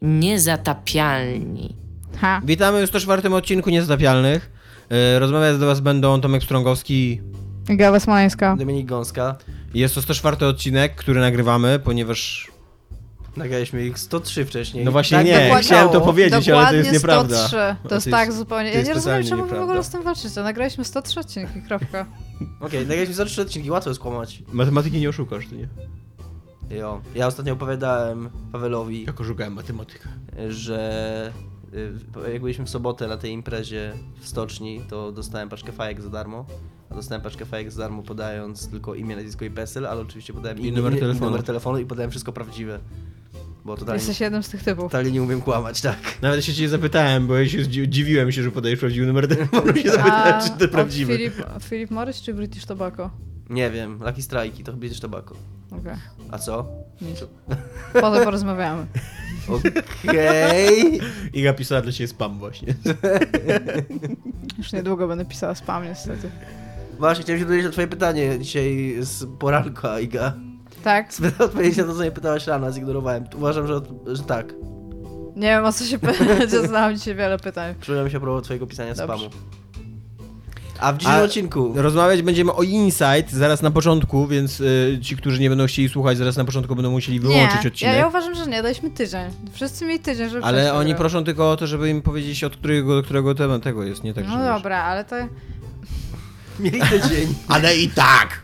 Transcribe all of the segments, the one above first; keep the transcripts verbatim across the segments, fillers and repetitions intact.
Niezatapialni. Ha. Witamy w sto czwartym odcinku Niezatapialnych. Rozmawiać do was będą Tomek Strągowski, Gawa Smoleńska. Dominik Gąska. Jest to sto czwarty odcinek, który nagrywamy, ponieważ... Nagraliśmy ich sto trzy wcześniej. No właśnie Tak, nie, dokładnie. chciałem to powiedzieć, Dokładnie ale to jest nieprawda. sto trzy. To, To jest jest- tak zupełnie... to Ja jest nie rozumiem, totalnie czemu wy w ogóle nieprawda. z tym walczycie. Nagraliśmy sto trzy odcinki, kropka. Okej, okay, nagraliśmy sto trzy odcinki, łatwo jest kłamać. Matematyki nie oszukasz, ty nie? Jo. Ja ostatnio opowiadałem Pawelowi, Jak oszukałem matematykę? że y, jak byliśmy w sobotę na tej imprezie w stoczni, to dostałem paczkę fajek za darmo. A dostałem paczkę fajek za darmo podając tylko imię, nazwisko i PESEL, ale oczywiście podałem I imię, numer i telefonu. numer telefonu i podałem wszystko prawdziwe. Bo totalnie, Jesteś jednym z tych typów. totalnie nie umiem kłamać, tak. Nawet się cię zapytałem, bo ja się zdzi- dziwiłem się, że podajesz prawdziwy numer telefonu i się zapytałem, czy to od prawdziwy. Philip, Philip Morris czy British Tobacco? Nie wiem, Lucky Strike'i to chyba jest Tobacco. Okej, A co? nic. Potem porozmawiamy. Okej. Iga pisała dla ciebie spam właśnie. Już niedługo będę pisała spam niestety. Właśnie, chciałem się dowiedzieć na twoje pytanie dzisiaj z poranka, Iga. Tak? Spytałem odpowiedzieć na to, co mnie pytałaś rano, zignorowałem. Uważam, że, że tak. Nie wiem o co się pytać, zadałam dzisiaj wiele pytań. Przyjąłem się a propos twojego pisania Dobrze. spamu. A w dzisiejszym A- odcinku... Rozmawiać będziemy o Insight zaraz na początku, więc y, ci, którzy nie będą chcieli słuchać, zaraz na początku będą musieli wyłączyć nie, odcinek. Ja, ja uważam, że nie, daliśmy tydzień. Wszyscy mieli tydzień, żeby Ale przejść oni tego. proszą tylko o to, żeby im powiedzieć, od którego do którego tema tego jest, nie tak, że No wiesz. dobra, ale to... Mieli tydzień. Ale i tak!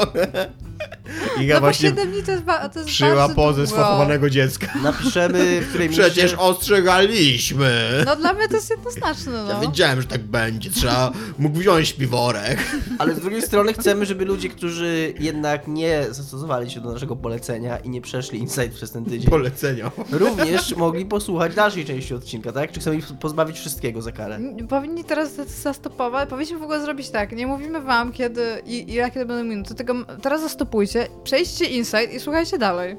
Iga No bo właśnie siedem dni to jest, ba- to jest przyjęła bardzo pozę długo. sfachowanego dziecka. Napiszemy, w której Przecież mieście... ostrzegaliśmy! No dla mnie to jest jednoznaczne, no. Ja wiedziałem, że tak będzie. Trzeba mógł wziąć piworek. Ale z drugiej strony chcemy, żeby ludzie, którzy jednak nie zastosowali się do naszego polecenia i nie przeszli Insight przez ten tydzień, Polecenia. również mogli posłuchać dalszej części odcinka, tak? Czy chcemy ich pozbawić wszystkiego za karę? N- Powinni teraz to zastopować, powinniśmy w ogóle zrobić tak, nie mówimy wam kiedy i, i jakie będą minuty, tylko m- teraz zastopujcie, przejdźcie insight i słuchajcie dalej.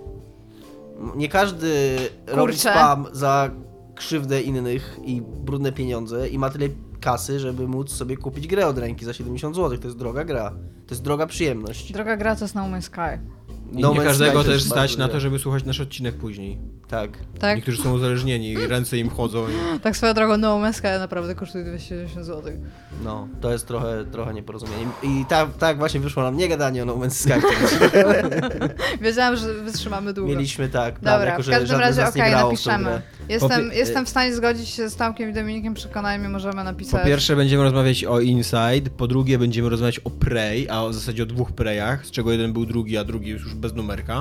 Nie każdy robi Kurczę. spam za krzywdę innych i brudne pieniądze i ma tyle kasy, żeby móc sobie kupić grę od ręki za siedemdziesiąt złotych. To jest droga gra. To jest droga przyjemność. Droga gra to jest No Man's Sky. I No nie Man's każdego Sky też jest stać bardzo na to, gra. żeby słuchać nasz odcinek później. Tak. Tak? Niektórzy są uzależnieni i ręce im chodzą. I... Tak swoją drogą No Man's Sky naprawdę kosztuje dwieście siedemdziesiąt złotych. No, to jest trochę, trochę nieporozumienie. I tak, tak właśnie wyszło nam nie gadanie o No Man's Sky. Wiedziałam, że wytrzymamy długo. Mieliśmy tak, plan, Dobra, jako, w że każdym żadne z razie nas nie okej, grało w tą napiszemy. grę. Jestem, Popie- jestem w stanie zgodzić się z Tomkiem i Dominikiem, przekonajmy, możemy Po napisać. pierwsze będziemy rozmawiać o Inside, po drugie będziemy rozmawiać o Prey, a w zasadzie o dwóch Preyach, z czego jeden był drugi, a drugi jest już bez numerka.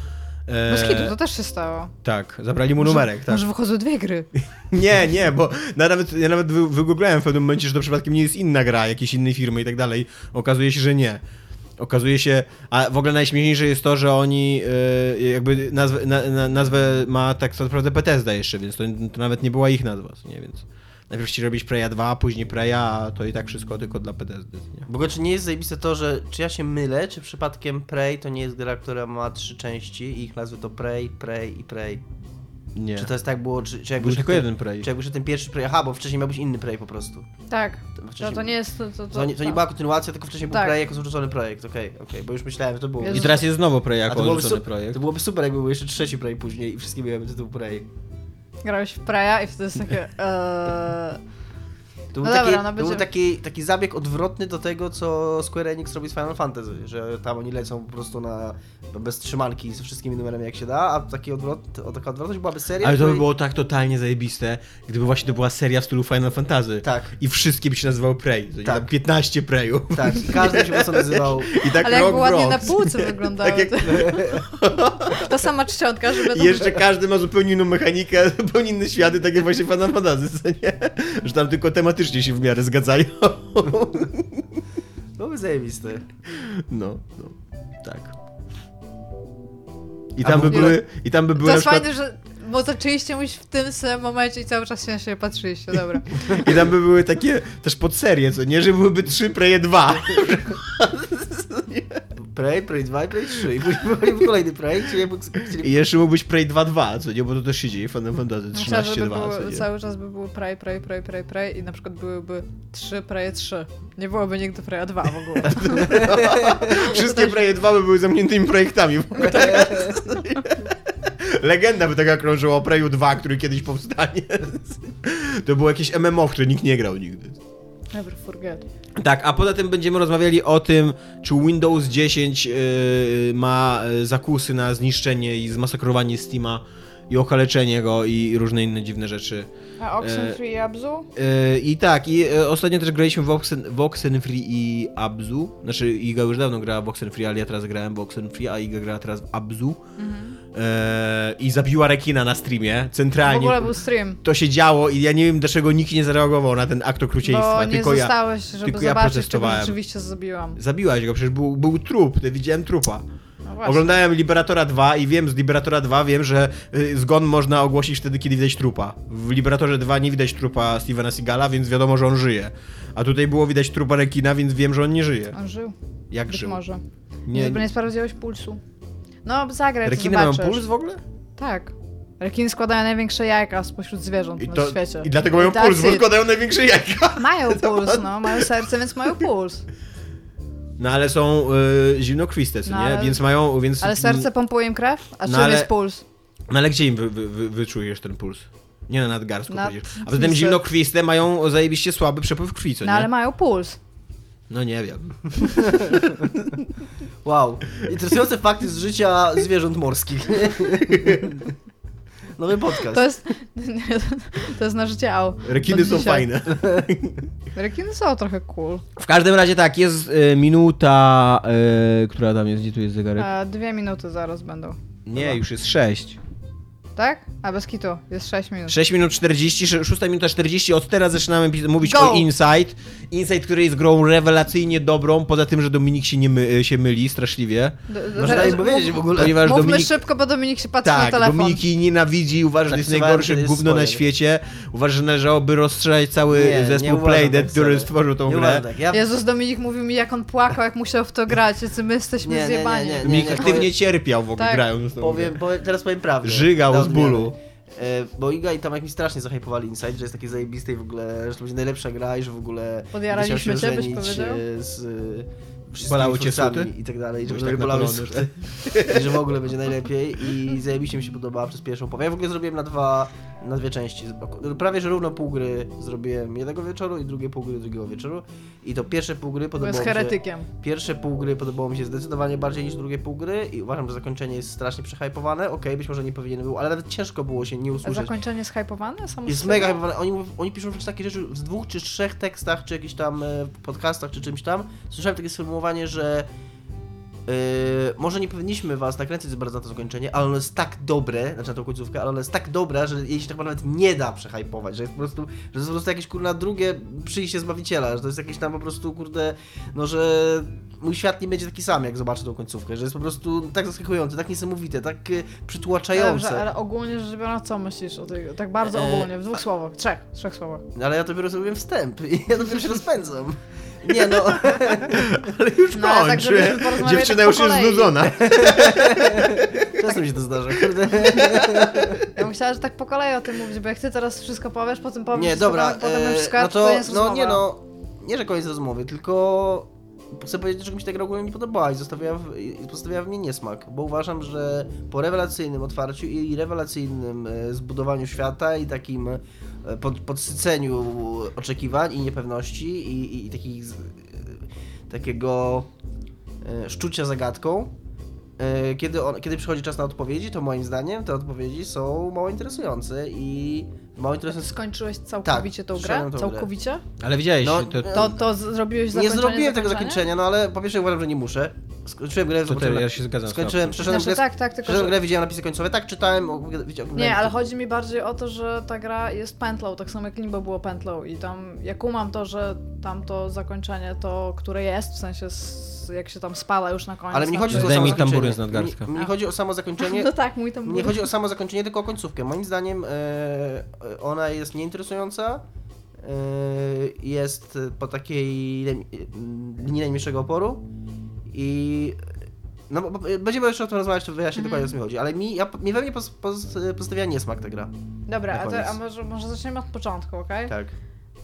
E, Bez hitu, to też się stało. Tak, zabrali mu numerek, tak. Może wychodzą dwie gry. Nie, nie, bo na, nawet, ja nawet wy, wygooglałem w pewnym momencie, że to przypadkiem nie jest inna gra, jakiejś innej firmy i tak dalej. Okazuje się, że nie. Okazuje się, a w ogóle najśmieszniejsze jest to, że oni yy, jakby nazwę, na, na, nazwę ma tak naprawdę Bethesda jeszcze, więc to, to nawet nie była ich nazwa, nie, więc najpierw chcieli robić Preya dwa, później Preya, a to i tak wszystko tylko dla Bethesdy, nie? W ogóle czy nie jest zajebiste to, że czy ja się mylę, czy przypadkiem Prey to nie jest gra, która ma trzy części i ich nazwy to Prey, Prey i Prey? Nie. Czy to jest tak było, czy, czy jakby Był że tylko ten, jeden Prey. Czy jakby że ten pierwszy Prey, aha, bo wcześniej miał być inny Prey po prostu. Tak. To To, wcześniej- to nie jest... To, to, To, nie, to nie była kontynuacja, tylko wcześniej był Tak. Prey jako zrzucony projekt, okej, okay, okej, okay, bo już myślałem, że to było... Jezu. I teraz jest znowu Prey A jako to byłoby, odrzucony su- projekt. to byłoby super, jakby był jeszcze trzeci Prey później i wszystkie miałyby tytuł Prey. Grałeś w Preya i wtedy jest takie... Eee... To No był, dobra, taki, no to będzie- był taki, taki zabieg odwrotny do tego, co Square Enix robi z Final Fantasy, że tam oni lecą po prostu na bez trzymanki ze wszystkimi numerami jak się da, a taki odwrot, o, taka odwrotność byłaby seria. Ale to by której- było tak totalnie zajebiste, gdyby właśnie to była seria w stylu Final Fantasy. Tak. I wszystkie by się nazywały Prey. To nie, Tak. tam piętnaście Preyów. Tak, każdy się po prostu nazywał. I tak Ale rok jakby w ładnie rok. na półce wyglądały. Tak jak- to... Ta sama czcionka, żeby to... I jeszcze każdy ma zupełnie inną mechanikę, zupełnie inne światy, takie właśnie Final Fantasy, co nie? Że tam tylko tematycznie się w miarę zgadzają. Byłoby zajebiste. No, no, tak. I A tam w by ogóle- były, i tam by były To na jest przykład, fajne, że... Bo zaczęliście mówić w tym samym momencie i cały czas się na siebie patrzyliście, dobra. i tam by były takie też podserie, co nie? Że byłyby trzy Preje dwa. Prey, Prey dwa i Prey trzy. I później był kolejny Prey, czyli jakby chcieli... I jeszcze mógł być Prey dwa dwa, co nie? Bo to też się dzieje w Final Fantasy Myślę, trzynaście żeby dwa, co było, nie? cały czas by było Prey, Prey, Prey, Prey, Prey i na przykład byłyby trzy Preje trzy. Nie byłoby nigdy Preya dwa w ogóle. Wszystkie Preje dwa by były zamkniętymi projektami w ogóle. Legenda by taka krążyła o Preju dwa, który kiedyś powstanie. To było jakieś M M O, w które nikt nie grał nigdy. Never forget. Tak, a poza tym będziemy rozmawiali o tym, czy Windows dziesięć yy, ma zakusy na zniszczenie i zmasakrowanie Steama i okaleczenie go i różne inne dziwne rzeczy. A Oxenfree i Abzu? Yy, I tak, i yy, ostatnio też graliśmy w, Oxen, w Oxenfree i Abzu. Znaczy Iga już dawno grała w Oxenfree, ale ja teraz grałem w Oxenfree, a Iga grała teraz w Abzu. Mhm. Yy, I zabiła rekina na streamie, centralnie. W ogóle był stream. To się działo i ja nie wiem, dlaczego nikt nie zareagował na ten akt okrucieństwa. Bo nie tylko zostałeś, ja, żeby tylko zobaczyć, ja czego rzeczywiście zabiłam. Zabiłaś go, przecież był, był trup, ja widziałem trupa. No Oglądałem Liberatora dwa i wiem z Liberatora dwa, wiem, że y, zgon można ogłosić wtedy, kiedy widać trupa. W Liberatorze dwa nie widać trupa Stevena Seagala, więc wiadomo, że on żyje. A tutaj było widać trupa rekina, więc wiem, że on nie żyje. On żył. Jak Być żył? może. Nie, Nie, bo nie sprawdziłeś pulsu. No, zagraj, rekiny to mają zobaczysz. puls w ogóle? Tak. Rekiny składają największe jajka spośród zwierząt I, na to, świecie. I dlatego mają that's puls, bo it. składają największe jajka. Mają puls, no, mają serce, więc mają puls. No ale są y, zimnokrwiste, co No, nie? ale- Więc mają... Więc, Ale serce pompuje im krew? A No, czym ale- jest puls? No ale gdzie im wy, wy, wy, wyczujesz ten puls? Nie na nadgarstku Na- przecież. A poza tym Niestety. zimnokrwiste mają zajebiście słaby przepływ krwi, co nie? No ale mają puls. No nie wiem. Wow. Interesujące fakty z życia zwierząt morskich. Nowy podcast. To jest... To jest na życie au. Rekiny Od są dzisiaj. fajne. Rekiny są trochę cool. W każdym razie tak, jest y, minuta, y, która tam jest, gdzie tu jest zegarek? E, dwie minuty zaraz będą. Nie, już jest sześć. Tak? A bez kitu. Jest sześć minut. sześć minut czterdzieści, szósta minuta czterdzieści, od teraz zaczynamy pi- mówić Go! o Inside. Inside, który jest grą rewelacyjnie dobrą, poza tym, że Dominik się nie my, się myli straszliwie. D- d- Można teraz im powiedzieć w ogóle. Ponieważ Mówmy Dominik... szybko, bo Dominik się patrzy na Tak, telefon. Dominik jej nienawidzi, uważa, że to jest Zapisywałem, najgorsze że jest gówno na spoiler. świecie. Uważa, że należałoby rozstrzelać cały Nie, nie zespół uważam Playdead, tak, który sorry. stworzył tą Nie grę. uważam tak. Ja... Jezus, Dominik mówił mi, jak on płakał, jak musiał w to grać. Jacy my jesteśmy Nie, nie, nie, zjebani. nie, Dominik nie, aktywnie powiem- cierpiał w ogóle Tak. grając w tą grę. Powiem, powiem, teraz powiem prawdę. Żygał Do z odmiany. bólu. E, Bo Iga i Tomek mi strasznie zahypowali Inside, że jest takie zajebiste i w ogóle, że to będzie najlepsza gra i że w ogóle Podjaraliśmy będę chciał cię, się byś żenić, powiedział? e, z e, wszystkimi Bolały cię twórcami suty? i tak dalej, i że Byłeś tak tak bolały napalony, suty. I że w ogóle będzie najlepiej i zajebiście mi się podobała przez pierwszą połowę. Ja w ogóle zrobiłem na dwa, na dwie części. Prawie, że równo pół gry zrobiłem jednego wieczoru i drugie pół gry drugiego wieczoru. I to pierwsze pół gry Bo podobało jest mi się... heretykiem. Pierwsze pół gry podobało mi się zdecydowanie bardziej niż drugie pół gry i uważam, że zakończenie jest strasznie przehypowane. Okej, być może nie powinien był, ale nawet ciężko było się nie A usłyszeć. zakończenie jest hypowane? Samo Jest z mega siebie? hypowane. Oni, mówią- oni piszą przecież takie rzeczy w dwóch czy trzech tekstach, czy jakichś tam e, podcastach, czy czymś tam. Słyszałem takie sformułowanie, że Yy, może nie powinniśmy was nakręcać za bardzo na to zakończenie, ale ono jest tak dobre, znaczy na tą końcówkę, ale ono jest tak dobra, że jej się tak nawet nie da przehypować, że jest po prostu, że to jest po prostu jakieś kurna drugie przyjście Zbawiciela, że to jest jakieś tam po prostu kurde, no że mój świat nie będzie taki sam, jak zobaczę tą końcówkę, że jest po prostu tak zaskakujące, tak niesamowite, tak y, przytłaczające. Dobrze, ale ogólnie rzecz biorąc, co myślisz o tej... Tak bardzo E, ogólnie, w dwóch słowach. Trzech, trzech słowach. Ale ja dopiero zrobiłem wstęp i ja dopiero się rozpędzam. Nie no, Ale już No, ale tak, kończy. żebyśmy porozmawiali Dziewczyna tak już po jest kolei. znudzona. czasem mi się to zdarza, kurde. Ja myślałam, że tak po kolei o tym mówić, bo jak ty teraz wszystko powiesz, potem powiesz Nie, wszystko, dobra, potem e, wszystko, no to, koniec no rozmowy. nie no, nie, że koniec rozmowy, tylko chcę powiedzieć, że mi się ta gra ogólnie nie podobała i zostawiała w, i postawiła w mnie niesmak, bo uważam, że po rewelacyjnym otwarciu i rewelacyjnym e, zbudowaniu świata i takim e, pod, podsyceniu oczekiwań i niepewności i, i, i takich, z- e, takiego e, szczucia zagadką, e, kiedy, on, kiedy przychodzi czas na odpowiedzi, to moim zdaniem te odpowiedzi są mało interesujące i mało interesujące. Skończyłeś całkowicie Tak, tą grę? skończyłem tą grę. Całkowicie? Ale widziałeś, No, to, to, To, to z- zrobiłeś Nie zakończenie zrobiłem tego zakończenie? zakończenia, no ale po pierwsze uważam, że nie muszę. Skończyłem grę, to zobaczyłem, te, ja się zgadzam. z skończyłem, tobą. przeszedłem Znaczy, grę, tak, tak, tylko przeszedłem że... grę, widziałem napisy końcowe, tak czytałem, o- widziałem- Nie, ale chodzi mi bardziej o to, że ta gra jest pętlą, tak samo jak Limbo było pętlą i tam, ja kumam to, że tam to zakończenie, to, które jest, w sensie s- jak się tam spala już na koniec. Ale mi nie tam chodzi to o jest- Zdejmij samo zakończenie. tamburyn z nadgarstka. Mi, mi A. chodzi o samo zakończenie. No tak, mój tam Nie chodzi o samo zakończenie, tylko o końcówkę. Moim zdaniem e, ona jest nieinteresująca. E, jest po takiej lin- linii najmniejszego oporu i no bo- bo będziemy jeszcze o tym rozmawiać, to wyjaśnię dokładnie o co mi chodzi, ale mi, ja, mi we mnie pos, pos, postawiła niesmak ta gra. Dobra, na a, to, koniec. a może, może zaczniemy od początku, okej? Tak.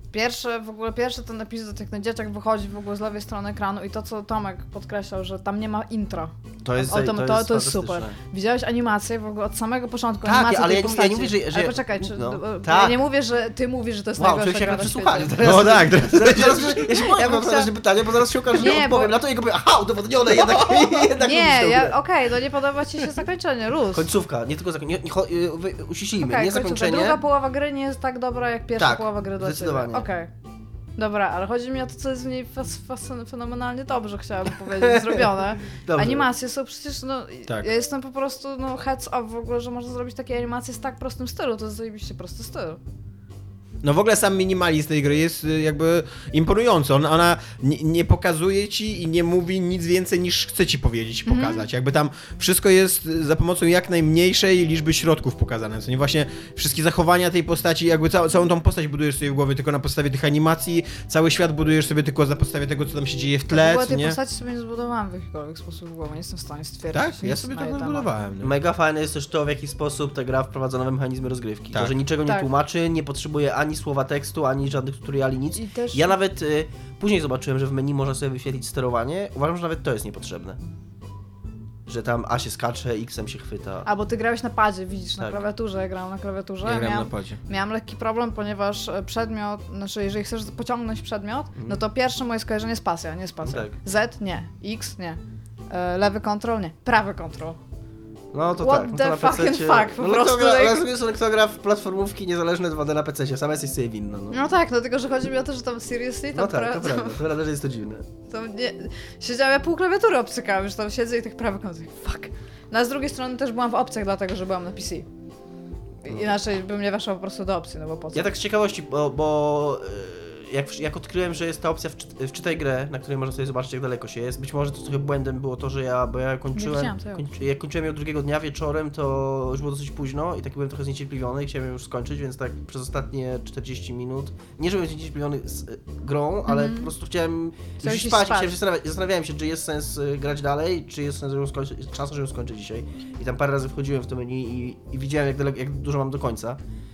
Pierwszy, w ogóle pierwszy ten epizod, jak ten dzieciak wychodzi w ogóle z lewej strony ekranu i to, co Tomek podkreślał, że tam nie ma intro. To jest, o, tym, to, to, jest to jest super. Widziałeś animację w ogóle od samego początku, tak, animację ale tej ja, postaci. ja nie mówię, że... że ale poczekaj, czy, no, ja tak. nie mówię, że ty mówisz, że to jest wow, najgorsza czuję się gra jak na przesłuchanie. świecie. No tak, teraz... Zaraz, zaraz, ja się boję, Ja ja bym mam chciała- pytanie, bo zaraz się okaże, że Nie, nie odpowiem bo- na to i go powiem, aha, udowodnione, jednak, jednak Nie, lubisz tę ja, grę. okej, no nie podoba ci się zakończenie, luz. Końcówka, nie tylko zakończenie, nie, nie, nie, wy- uściślimy, Okej, nie końcówka. zakończenie. Druga połowa gry nie jest tak dobra, jak pierwsza Tak, połowa gry dla ciebie. zdecydowanie. Okej. Dobra, ale chodzi mi o to, co jest w niej fas, fas, fenomenalnie dobrze, chciałabym powiedzieć, zrobione. Dobrze. Animacje są przecież, no, Tak. ja jestem po prostu, no, heads up w ogóle, że można zrobić takie animacje z tak prostym stylu, to jest zajebiście prosty styl. No w ogóle sam minimalizm tej gry jest y, jakby imponujący. On, ona nie, nie pokazuje ci i nie mówi nic więcej niż chce ci powiedzieć i pokazać. Mhm. Jakby tam wszystko jest za pomocą jak najmniejszej liczby środków pokazane. Co nie właśnie wszystkie zachowania tej postaci, jakby ca całą tą postać budujesz sobie w głowie tylko na podstawie tych animacji, cały świat budujesz sobie tylko na podstawie tego, co tam się dzieje w W tle, ogóle co tej nie? postaci sobie nie zbudowałam w jakikolwiek sposób w głowie, nie jestem w stanie stwierdzić. Tak? Ja nic sobie na to jej temat. zbudowałem. No. Mega fajne jest też to, w jaki sposób ta gra wprowadza nowe mechanizmy rozgrywki. Tak. To, że niczego nie Tak. tłumaczy, nie potrzebuje ani słowa tekstu, ani żadnych tutoriali, nic. I też... Ja nawet y, później zobaczyłem, że w menu można sobie wyświetlić sterowanie. Uważam, że nawet to jest niepotrzebne. Że tam A się skacze, X-em się chwyta. A, bo ty grałeś na padzie, widzisz, na Tak. klawiaturze, ja grałam na klawiaturze. Ja grałem miałam, na padzie. miałam lekki problem, ponieważ e, przedmiot, znaczy jeżeli chcesz pociągnąć przedmiot, no to pierwsze moje skojarzenie jest spacja, nie spacja. Tak. Z nie, X nie, e, lewy kontrol nie, prawy kontrol. No to What tak, no the to na fucking pececie. fuck, po no, prostu Kto gra, jak- ale z drugiej strony, kto gra w platformówki niezależne dwa D na pececie, sama jesteś sobie winna. No, No tak, no tylko, że chodzi mi o to, że tam seriously, tam, no tak, to pra- prawda, to prawda, że jest to dziwne. tam nie, siedziałam, ja pół klawiatury obcykałam, już tam siedzę i tych prawych kontrol, fuck. No a z drugiej strony też byłam w opcjach, dlatego że byłam na P C. I- Inaczej bym nie weszła po prostu do opcji, no bo po co? Ja tak z ciekawości, bo, bo y, jak, jak odkryłem, że jest ta opcja wczy- wczytaj grę, na której można sobie zobaczyć, jak daleko się jest, być może to trochę błędem było to, że ja, bo ja kończyłem, widziałam tego. kończy, jak kończyłem ją drugiego dnia wieczorem, to już było dosyć późno i tak byłem trochę zniecierpliwiony i chciałem ją już skończyć, więc tak przez ostatnie czterdzieści minut, nie żebym zniecierpliwiony z y, grą, ale Mhm. po prostu chciałem Chciałeś już iść spać, spać. chciałem się zastanawiać, zastanawiałem się, czy jest sens y, grać dalej, czy jest sens, żeby ją skończyć, szansa, że ją skończę dzisiaj. I tam parę razy wchodziłem w to menu i, i widziałem, jak, daleko, jak dużo mam do końca.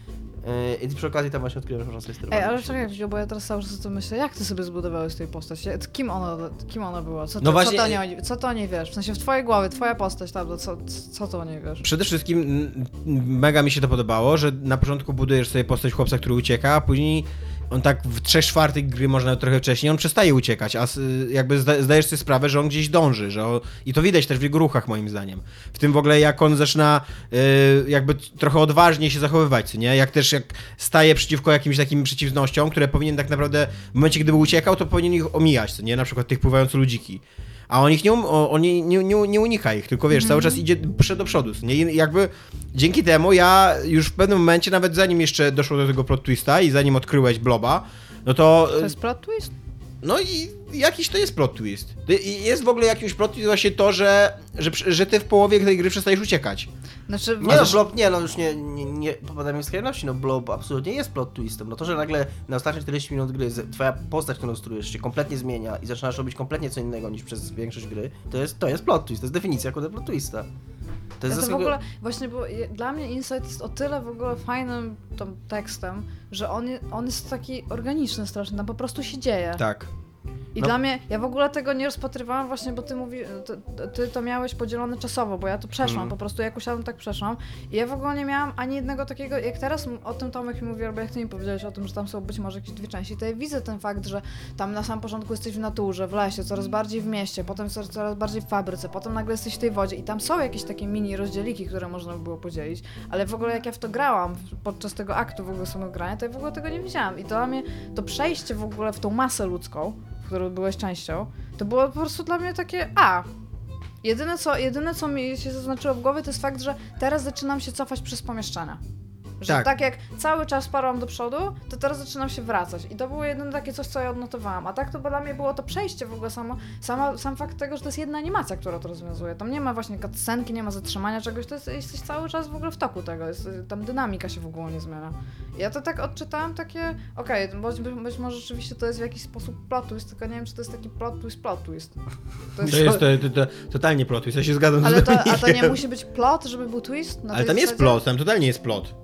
Yy, I przy okazji tam właśnie odkryłem, że można sobie sterować. Ej, ale czekaj, Wziu, bo ja teraz cały czas o tym myślę, jak ty sobie zbudowałeś tej postać? Kim ona, kim ona była? Co, ty, No właśnie- co, ty o niej, co ty o niej wiesz? W sensie w twojej głowie, twoja postać, tam, no co, co ty o niej wiesz? Przede wszystkim m, mega mi się to podobało, że na początku budujesz sobie postać chłopca, który ucieka, a później on tak w trzech czwartych gry, może nawet trochę wcześniej, on przestaje uciekać, a s- jakby zda, zdajesz sobie sprawę, że on gdzieś dąży, że on, i to widać też w jego ruchach moim zdaniem. W tym w ogóle jak on zaczyna y, jakby trochę odważniej się zachowywać, co nie? Jak też jak staje przeciwko jakimś takim przeciwnościom, które powinien tak naprawdę w momencie, gdyby uciekał, to powinien ich omijać, co nie? Na przykład tych pływających ludziki. A on ich nie, um, o- on nie, nie, nie, nie unika ich, tylko wiesz, cały czas idzie przed do przodu. co Nie? I jakby dzięki temu ja już w pewnym momencie, nawet zanim jeszcze doszło do tego plot twista i zanim odkryłeś Bloba, no to... To jest plot twist? No i jakiś to jest plot twist. I jest w ogóle jakiś plot twist właśnie to, że, że, że ty w połowie tej gry przestajesz uciekać. Znaczy, Nie, no, Blob, nie, no już nie, nie, nie popadamy w skrajności, no Blob absolutnie jest plot twistem. No to, że nagle na ostatnie czterdzieści minut gry z- twoja postać, którą sterujesz, się kompletnie zmienia i zaczynasz robić kompletnie co innego niż przez większość gry, to jest, to jest plot twist, to jest definicja kurde plot twista. To ja jest to w zaskaku- ogóle, właśnie, bo je- dla mnie Insight jest o tyle w ogóle fajnym tam tekstem, że on, je- on jest taki organiczny strasznie, tam po prostu się dzieje. Tak. I No. dla mnie, ja w ogóle tego nie rozpatrywałam właśnie, bo ty mówi, ty, ty to miałeś podzielone czasowo, bo ja to przeszłam, Mhm. po prostu jak usiadłam, tak przeszłam i ja w ogóle nie miałam ani jednego takiego, jak teraz o tym Tomek mi mówi, albo jak ty mi powiedziałeś o tym, że tam są być może jakieś dwie części, to ja widzę ten fakt, że tam na samym początku jesteś w naturze, w lesie, coraz bardziej w mieście, potem coraz, coraz bardziej w fabryce, potem nagle jesteś w tej wodzie i tam są jakieś takie mini rozdzieliki, które można by było podzielić, ale w ogóle jak ja w to grałam podczas tego aktu w ogóle samego grania, to ja w ogóle tego nie widziałam i to dla mnie, to przejście w ogóle w tą masę ludzką, w którą byłeś częścią, to było po prostu dla mnie takie, a, jedyne co, jedyne co mi się zaznaczyło w głowie, to jest fakt, że teraz zaczynam się cofać przez pomieszczenia. Że Tak. tak. jak cały czas parłam do przodu, to teraz zaczynam się wracać. I to było jedyne takie coś, co ja odnotowałam. A tak to dla mnie było to przejście w ogóle samo, sama, sam fakt tego, że to jest jedna animacja, która to rozwiązuje. Tam nie ma właśnie cutscenki, nie ma zatrzymania czegoś, to jest, jesteś cały czas w ogóle w toku tego, jest, tam dynamika się w ogóle nie zmienia. I ja to tak odczytałam takie, okej, okay, być, być może rzeczywiście to jest w jakiś sposób plot twist, tylko nie wiem, czy to jest taki plot twist, plot twist. To To jest to, to, to, totalnie plot twist, ja się zgadzam ale z to, a to nie Dominikiem. musi być plot, żeby był twist? Na Ale tej tam jest zasadzie? plot, tam totalnie jest plot.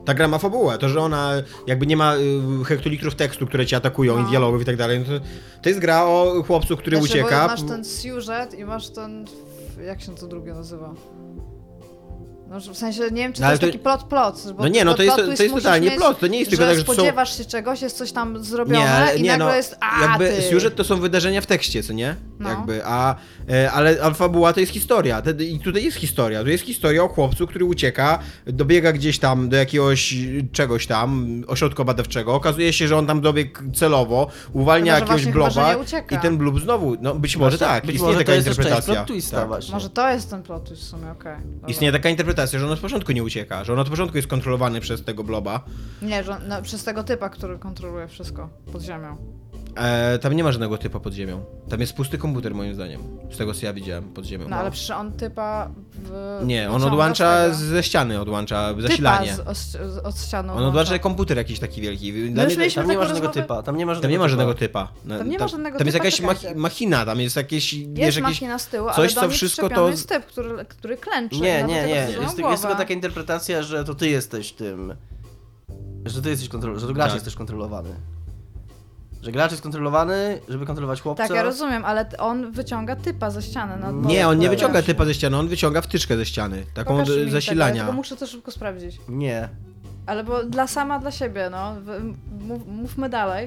Ta gra ma fabułę, to, że ona jakby nie ma y, hektolitrów tekstu, które cię atakują No. i dialogów i tak dalej, no to, to jest gra o chłopcu, który Znaczy, ucieka. Bo masz ten siużet i masz ten... Jak się to drugie nazywa? No, że w sensie, nie wiem, czy No, to jest ale taki plot-plot. No nie, no to jest, to jest totalnie plot, to nie jest tylko tak, że to są... spodziewasz się czegoś, jest coś tam zrobione Nie, ale- i nie, nagle no, jest a jakby ty. siużet to są wydarzenia w tekście, co nie? No. Jakby, a, e, ale, ale fabuła to jest historia. Te- I tutaj jest historia. Tu jest historia o chłopcu, który ucieka, dobiega gdzieś tam do jakiegoś czegoś tam, ośrodka badawczego. Okazuje się, że on tam dobiegł celowo, uwalnia Chyba, że jakiegoś właśnie chyba, że bloba nie ucieka. i ten blob znowu, no być może Właśnie, tak, być istnieje może taka to jest też część interpretacja. plot twista Tak. właśnie. Może to jest ten plot twist w sumie, okej. Dobra. Istnieje taka interpretacja, że on od początku nie ucieka, że on od początku jest kontrolowany przez tego bloba. Nie, że no, przez tego typa, który kontroluje wszystko pod ziemią. E, tam nie ma żadnego typa pod ziemią. Tam jest pusty komputer moim zdaniem. Z tego co ja widziałem pod ziemią. No ale przecież on typa w... Nie, on wyciąga odłącza z tego. ze ściany, odłącza zasilanie. Typa z, od, od ściany On odłącza. odłącza komputer jakiś taki wielki. Dla już mnie- mieliśmy Tam nie ma taką żadnego rozmowę? typa, tam nie ma żadnego Tam nie ma typa. żadnego typa. No, Tam nie ma żadnego tam jest typa, jakaś czekajcie. machi- machina, tam jest jakieś, wiesz, Jest jakieś... machina z tyłu, coś, ale co do niej wszystko przyczepiony to- jest typ, który, który klęczy. Nie, i nie, dlatego nie. wsadzają Jest, głowę. jest tylko taka interpretacja, że to ty jesteś tym. Że ty jesteś kontrolowany, że to gracz Tak. jest też kontrolowany. Że gracz jest kontrolowany, żeby kontrolować chłopca. Tak, ja rozumiem, ale t- on wyciąga typa ze ściany. No, bo- Nie, on nie Pokaż. wyciąga typa ze ściany, on wyciąga wtyczkę ze ściany. Taką Pokaż mi do tego, ja zasilania. tylko muszę to szybko sprawdzić. Nie. Ale bo dla sama dla siebie, no. W- Mów, mówmy dalej.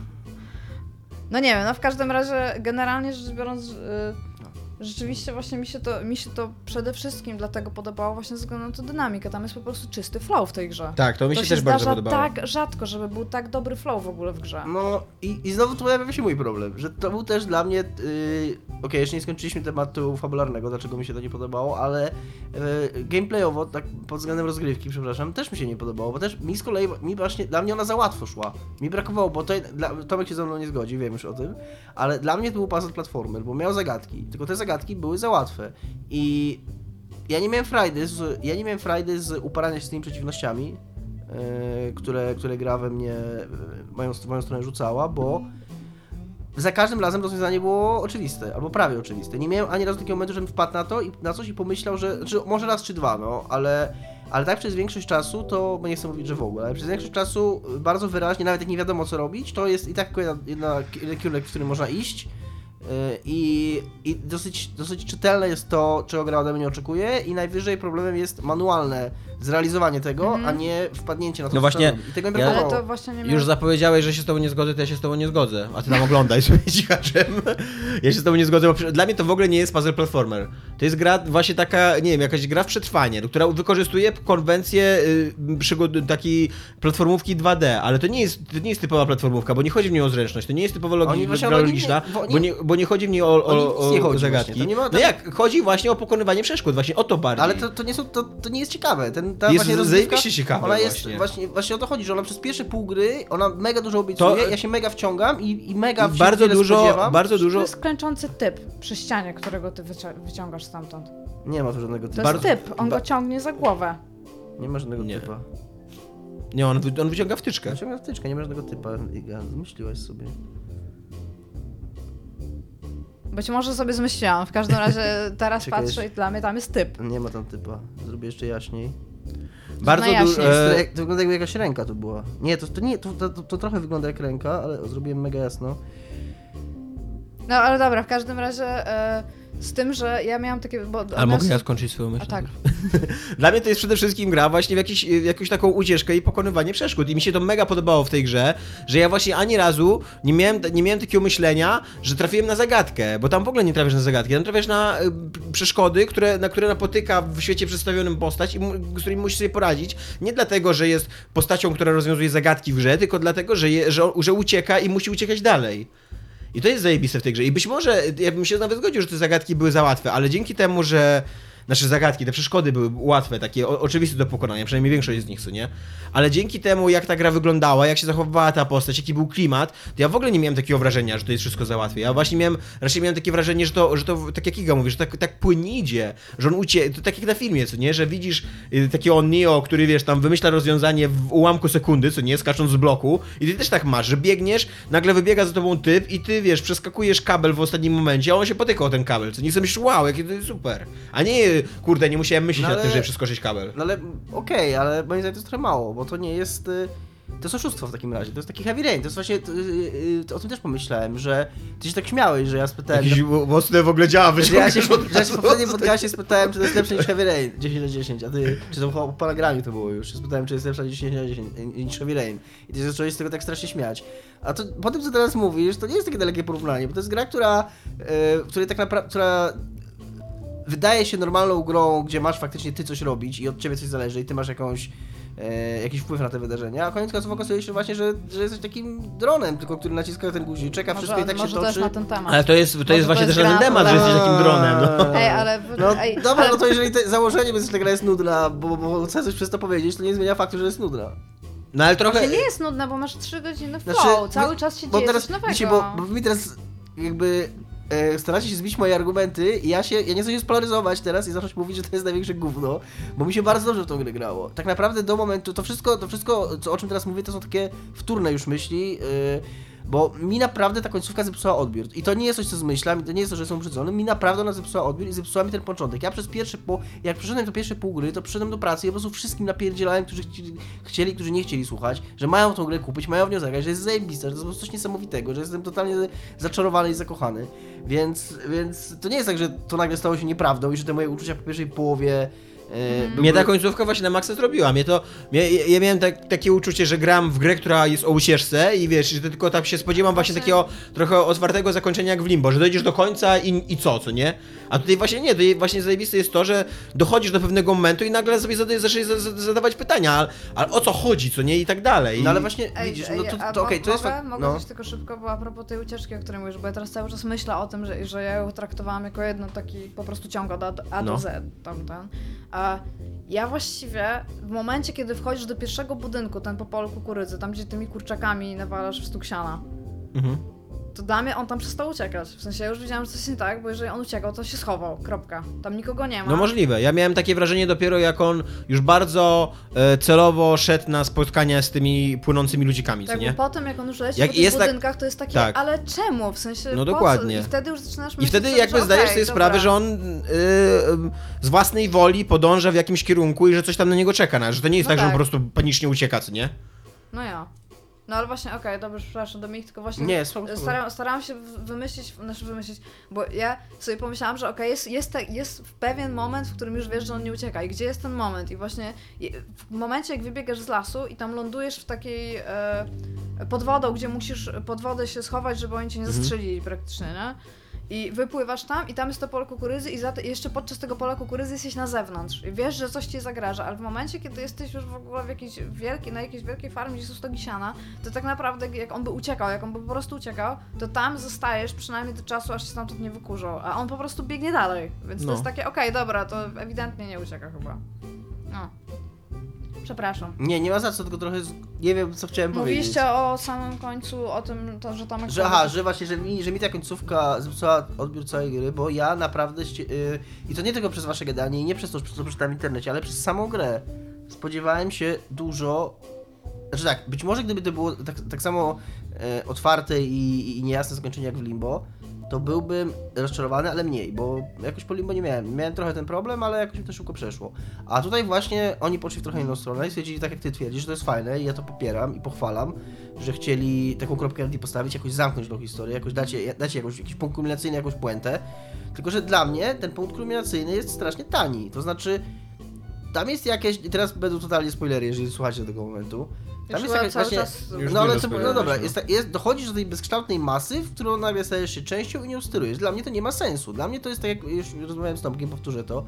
No nie wiem, no w każdym razie generalnie rzecz biorąc, y, rzeczywiście właśnie mi się, to, mi się to przede wszystkim dlatego podobało właśnie ze względu na tę dynamikę. Tam jest po prostu czysty flow w tej grze. Tak, to mi To się się też bardzo zdarza podobało. tak rzadko, żeby był tak dobry flow w ogóle w grze. No i, i znowu tu pojawia się mój problem, że to był też dla mnie, yy, okej, jeszcze nie skończyliśmy tematu fabularnego, dlaczego mi się to nie podobało, ale yy, gameplayowo, tak pod względem rozgrywki, przepraszam, też mi się nie podobało, bo też mi z kolei, mi właśnie, dla mnie ona za łatwo szła. Mi brakowało, bo to, dla, Tomek się ze mną nie zgodzi, wiem już o tym, ale dla mnie to był puzzle platformer, bo miał zagadki, tylko te zagadki były za łatwe i ja nie miałem frajdy z, ja nie miałem frajdy z uparania się z tymi przeciwnościami, Yy, które, które gra we mnie yy, moją, w moją stronę rzucała, bo za każdym razem rozwiązanie było oczywiste, albo prawie oczywiste. Nie miałem ani razu takiego momentu, żebym wpadł na to i na coś i pomyślał, że, że może raz czy dwa, no, ale, ale tak przez większość czasu, to, bo nie chcę mówić, że w ogóle, ale przez większość czasu bardzo wyraźnie, nawet jak nie wiadomo co robić, to jest i tak tylko jedna, jedna, jeden kierunek, w którym można iść. I, i dosyć, dosyć czytelne jest to, czego gra ode mnie oczekuje i najwyżej problemem jest manualne zrealizowanie tego, Mhm. a nie wpadnięcie na to, No co właśnie, trzeba robić. I tego mi ja- Ale brakowało. to właśnie nie Już miał... zapowiedziałeś, że się z tobą nie zgodzę, to ja się z tobą nie zgodzę. A ty tam oglądaj sobie cichaczem. Ja się z tobą nie zgodzę, bo przy- dla mnie to w ogóle nie jest puzzle platformer. To jest gra właśnie taka, nie wiem, jakaś gra w przetrwanie, która wykorzystuje konwencję y, przygód, takiej platformówki dwa D, ale to nie jest, to nie jest typowa platformówka, bo nie chodzi w niej o zręczność, to nie jest typowo logi- Oni właśnie- gra oni logiczna, nie- bo oni- bo, nie, bo nie chodzi w niej o, o nic o, nie o chodzi zagadki. właśnie, to nie ma- No jak, chodzi właśnie o pokonywanie przeszkód, właśnie o to bardziej. Ale to, to nie są, to, to nie jest ciekawe. Ten, ta Jest właśnie rozgrywka, zajebiście ciekawe ona jest właśnie. właśnie. Właśnie o to chodzi, że ona przez pierwsze pół gry, ona mega dużo obiecuje, To- ja się mega wciągam i, i mega I się bardzo wiele dużo, spodziewam. bardzo To dużo... jest klęczący typ przy ścianie, którego ty wycia- wyciągasz stamtąd. Nie ma tu żadnego To typa. Bardzo- jest typ, on ba- go ciągnie za głowę. Nie ma żadnego Nie. typa. Nie, on, wy- on wyciąga wtyczkę. Wyciąga wtyczkę, nie ma żadnego typa. Iga, zmyśliłaś sobie. Być może sobie zmyśliłam, w każdym razie teraz Czekaj, patrzę i jeszcze- dla mnie tam jest typ. Nie ma tam typa. Zrobię jeszcze jaśniej. Bardzo najjaśniej. dużo... To, E, jak- to wygląda jakby jakaś ręka tu była. Nie, to, to nie, to, to, to trochę wygląda jak ręka, ale zrobiłem mega jasno. No ale dobra, w każdym razie e, z tym, że ja miałam takie... Bo A mogę ja skończyć swoją myśl? A tak. Dla mnie to jest przede wszystkim gra właśnie w, jakiś, w jakąś taką ucieczkę i pokonywanie przeszkód. I mi się to mega podobało w tej grze, że ja właśnie ani razu nie miałem, nie miałem takiego myślenia, że trafiłem na zagadkę, bo tam w ogóle nie trafiasz na zagadki, tam trafiasz na y, p- przeszkody, które, na które napotyka w świecie przedstawionym postać, i mu, z którymi musisz sobie poradzić. Nie dlatego, że jest postacią, która rozwiązuje zagadki w grze, tylko dlatego, że, je, że, że ucieka i musi uciekać dalej. I to jest zajebiste w tej grze. I być może, ja bym się nawet zgodził, że te zagadki były za łatwe, ale dzięki temu, że nasze zagadki, te przeszkody były łatwe, takie o, oczywiste do pokonania, przynajmniej większość z nich, co nie? Ale dzięki temu, jak ta gra wyglądała, jak się zachowywała ta postać, jaki był klimat, to ja w ogóle nie miałem takiego wrażenia, że to jest wszystko za łatwe. Ja właśnie miałem, raczej miałem takie wrażenie, że to, że to tak jak Iga mówi, że tak, tak płynnie idzie, że on ucie, to tak jak na filmie, co nie? Że widzisz y, takiego Neo, który, wiesz, tam wymyśla rozwiązanie w ułamku sekundy, co nie? Skacząc z bloku i ty też tak masz, że biegniesz, nagle wybiega za tobą typ i ty, wiesz, przeskakujesz kabel w ostatnim momencie, a on się potyka o ten kabel, co nie? Sobie myślisz, wow, jakie to jest super. A nie wtedy, kurde, nie musiałem myśleć No nad ale- tym, żeby przeskoczyć kabel. No ale okej, ale moim zdaniem to jest trochę mało, bo to nie jest... y, To jest oszustwo w takim razie, to jest taki heavy rain, to jest właśnie, to, y, y, o tym też pomyślałem, że ty się tak śmiałeś, że ja spytałem... Jakiś mocny w ogóle działa, Że ja się, wyciągasz że ja się w poprzednim podcastie spytałem, czy to jest lepsze niż Heavy Rain dziesięć na dziesięć, a ty, czy to po panagramiu to było już, spytałem, czy jest lepsza niż dziesięć na dziesięć niż Heavy Rain i ty zacząłeś z tego tak strasznie śmiać. A to po tym, co teraz mówisz, to nie jest takie dalekie porównanie, bo to jest gra, która, yy, w której tak naprawdę, która wydaje się normalną grą, gdzie masz faktycznie ty coś robić i od ciebie coś zależy i ty masz jakąś E, jakiś wpływ na te wydarzenia, a koniec końców okazuje się właśnie, że, że jesteś takim dronem, tylko który naciska ten guzik, czeka Może, wszystko i tak się może toczy. też na ten temat. Ale to jest, to Może jest to właśnie jest też na ten gra, temat, że ale- jesteś takim dronem, no. Ej, ale... No ej, dobra, ale... no to jeżeli te założenie jest, że ta gra jest nudna, bo, bo chcę coś przez to powiedzieć, to nie zmienia faktu, że jest nudna. No ale trochę... Właśnie nie jest nudne, bo masz trzy godziny flow, Znaczy, cały bo- czas się Bo dzieje teraz, coś nowego. wiecie, bo, bo wy mi teraz jakby e, staracie się zbić moje argumenty i ja się, ja nie chcę się spolaryzować teraz i zacząć mówić, że to jest największe gówno, bo mi się bardzo dobrze w tą grę grało. Tak naprawdę do momentu, to wszystko, to wszystko, co, o czym teraz mówię, to są takie wtórne już myśli, e, bo mi naprawdę ta końcówka zepsuła odbiór. I to nie jest coś, co zmyślam, i to nie jest to, że jestem uprzedzony, mi naprawdę ona zepsuła odbiór i zepsuła mi ten początek. Ja przez pierwsze pół, jak przeszedłem to pierwsze pół gry, to przyszedłem do pracy i po prostu wszystkim napierdzielałem, którzy chcieli, chcieli, którzy nie chcieli słuchać, że mają tą grę kupić, mają w nią zagrać, że jest zajebista, że to jest po prostu coś niesamowitego, że jestem totalnie zaczarowany i zakochany. Więc, więc to nie jest tak, że to nagle stało się nieprawdą i że te moje uczucia po pierwszej połowie e, były... Mnie ta końcówka właśnie na maksa zrobiła. Mnie to, mnie, ja ja miałem tak, takie uczucie, że gram w grę, która jest o ucieczce i wiesz, że tylko tam się spodziewam właśnie Właśnie- takiego trochę otwartego zakończenia jak w Limbo, że dojdziesz do końca i, i co, co nie? A tutaj właśnie nie, tutaj właśnie zajebiste jest to, że dochodzisz do pewnego momentu i nagle sobie zadaję, zaczniesz za- za- zadawać pytania, ale, ale o co chodzi, co nie? I tak dalej. No ale właśnie, Ej, widzisz, ej, no to, a to okej, mo- to jest mogę, fakt, mogę no. coś tylko szybko, bo a propos tej ucieczki, o której mówisz, bo ja teraz cały czas myślę o tym, że, że ja ją traktowałam jako jedno taki po prostu ciąg od A do, A do No. Z, tamten. A ja właściwie w momencie, kiedy wchodzisz do pierwszego budynku, ten po polu kukurydzy, tam gdzie tymi kurczakami nawalasz w stuk siana, Mhm. to dla mnie on tam przestał uciekać. W sensie ja już widziałam, że coś nie tak, bo jeżeli on uciekał, to się schował, kropka. Tam nikogo nie ma. No możliwe. Ja miałem takie wrażenie dopiero jak on już bardzo e, celowo szedł na spotkania z tymi płynącymi ludzikami, co Tak, nie? bo potem jak on już leci Jak po tych jest tak- budynkach, to jest takie, tak. ale czemu? W sensie, No po dokładnie. Co? I wtedy już zaczynasz I myśleć wtedy sobie, jakby że zdajesz okej, sobie dobra. sprawę, że on y, y, z własnej woli podąża w jakimś kierunku i że coś tam na niego czeka, na- że to nie jest No tak, że on tak. po prostu panicznie ucieka, co nie? No ja. No ale właśnie, okej, dobrze, przepraszam, Dominik, tylko właśnie Nie, spoko, spoko. starałam, starałam się w- wymyślić, znaczy wymyślić, bo ja sobie pomyślałam, że okej, jest, jest, te, jest pewien moment, w którym już wiesz, że on nie ucieka. I gdzie jest ten moment? I właśnie i w momencie, jak wybiegasz z lasu i tam lądujesz w takiej e, pod wodą, gdzie musisz pod wodę się schować, żeby oni cię nie zastrzelili praktycznie, nie? I wypływasz tam i tam jest to pole kukurydzy i za to, i jeszcze podczas tego pola kukurydzy jesteś na zewnątrz i wiesz, że coś ci zagraża, ale w momencie, kiedy jesteś już w ogóle w jakiejś wielkiej, na jakiejś wielkiej farmie, gdzie są stogi siana, to tak naprawdę jak on by uciekał, jak on by po prostu uciekał, to tam zostajesz przynajmniej do czasu, aż się stamtąd nie wykurzą, a on po prostu biegnie dalej, więc No. to jest takie, okej, dobra, to ewidentnie nie ucieka chyba. No. Przepraszam. Nie, nie ma za co, tylko trochę, z... nie wiem, co chciałem powiedzieć. Mówiliście o samym końcu, o tym, to, że Tomek... Że aha, że właśnie, że mi, że mi ta końcówka zepsuła odbiór całej gry, bo ja naprawdę, ście- yy, i to nie tylko przez wasze gadanie i nie przez to, przez co przeczytałem w internecie, ale przez samą grę spodziewałem się dużo, znaczy tak, być może gdyby to było tak, tak samo e, otwarte i, i niejasne zakończenie jak w Limbo, to byłbym rozczarowany, ale mniej, bo jakoś po Limbo nie miałem. Miałem trochę ten problem, ale jakoś mi to szybko przeszło. A tutaj właśnie oni poszli w trochę inną stronę i stwierdzili, tak jak ty twierdzisz, że to jest fajne i ja to popieram i pochwalam, że chcieli taką kropkę na i postawić, jakoś zamknąć tą historię, jakoś dać, jej- dać jej jakoś, jakiś punkt kulminacyjny, jakąś puentę. Tylko że dla mnie ten punkt kulminacyjny jest strasznie tani. To znaczy, tam jest jakieś, i teraz będą totalnie spoilery, jeżeli słuchacie do tego momentu. Tam Już jest jakaś cały właśnie, czas... Już no ale dużo co, no spoilerów, dobra, no. jest, ta- jest, dochodzisz do tej bezkształtnej masy, w którą nagle stajesz się częścią i nią sterujesz. Dla mnie to nie ma sensu. Dla mnie to jest tak, jak już rozmawiałem z Tomkiem, powtórzę to,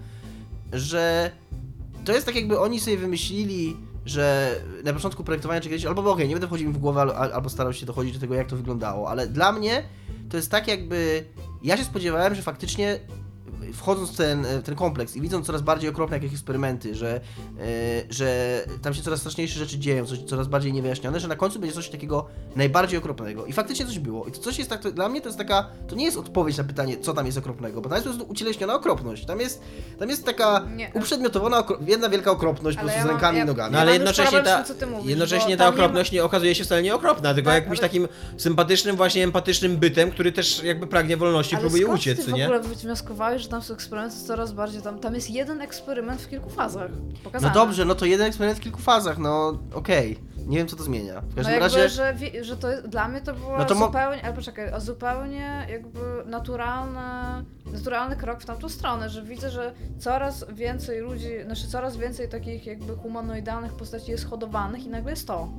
że to jest tak, jakby oni sobie wymyślili, że na początku projektowania czegoś, albo okej, nie będę wchodził im w głowę, al- albo starał się dochodzić do tego, jak to wyglądało, ale dla mnie to jest tak, jakby ja się spodziewałem, że faktycznie wchodząc w ten, w ten kompleks i widząc coraz bardziej okropne jakieś eksperymenty, że, yy, że tam się coraz straszniejsze rzeczy dzieją, coś coraz bardziej niewyjaśnione, że na końcu będzie coś takiego najbardziej okropnego. I faktycznie coś było. I to coś jest tak, to, dla mnie to jest taka, to nie jest odpowiedź na pytanie, co tam jest okropnego, bo tam jest po prostu ucieleśniona okropność. Tam jest, tam jest taka Nie. uprzedmiotowana, okro- jedna wielka okropność po Ale prostu ja z mam- rękami ja- i nogami. No Ja ale mam już jednocześnie problem ta, z tym, co ty mówisz, jednocześnie bo ta tam nie ma- okropność nie okazuje się wcale nie okropna, tylko Tak, jakimś ale- takim sympatycznym, właśnie empatycznym bytem, który też jakby pragnie wolności, Ale próbuje skąd uciec, ty co w nie? ogóle wywnioskowałeś, że że tam są eksperymenty coraz bardziej, tam, tam jest jeden eksperyment w kilku fazach No pokazany. dobrze, no to jeden eksperyment w kilku fazach, no okej. Okay. Nie wiem, co to zmienia. W No każdym jakby, razie... że, wi- że to jest, dla mnie to było No to mo- zupełnie, ale poczekaj, a zupełnie jakby naturalny, naturalny krok w tamtą stronę, że widzę, że coraz więcej ludzi, znaczy coraz więcej takich jakby humanoidalnych postaci jest hodowanych i nagle jest to.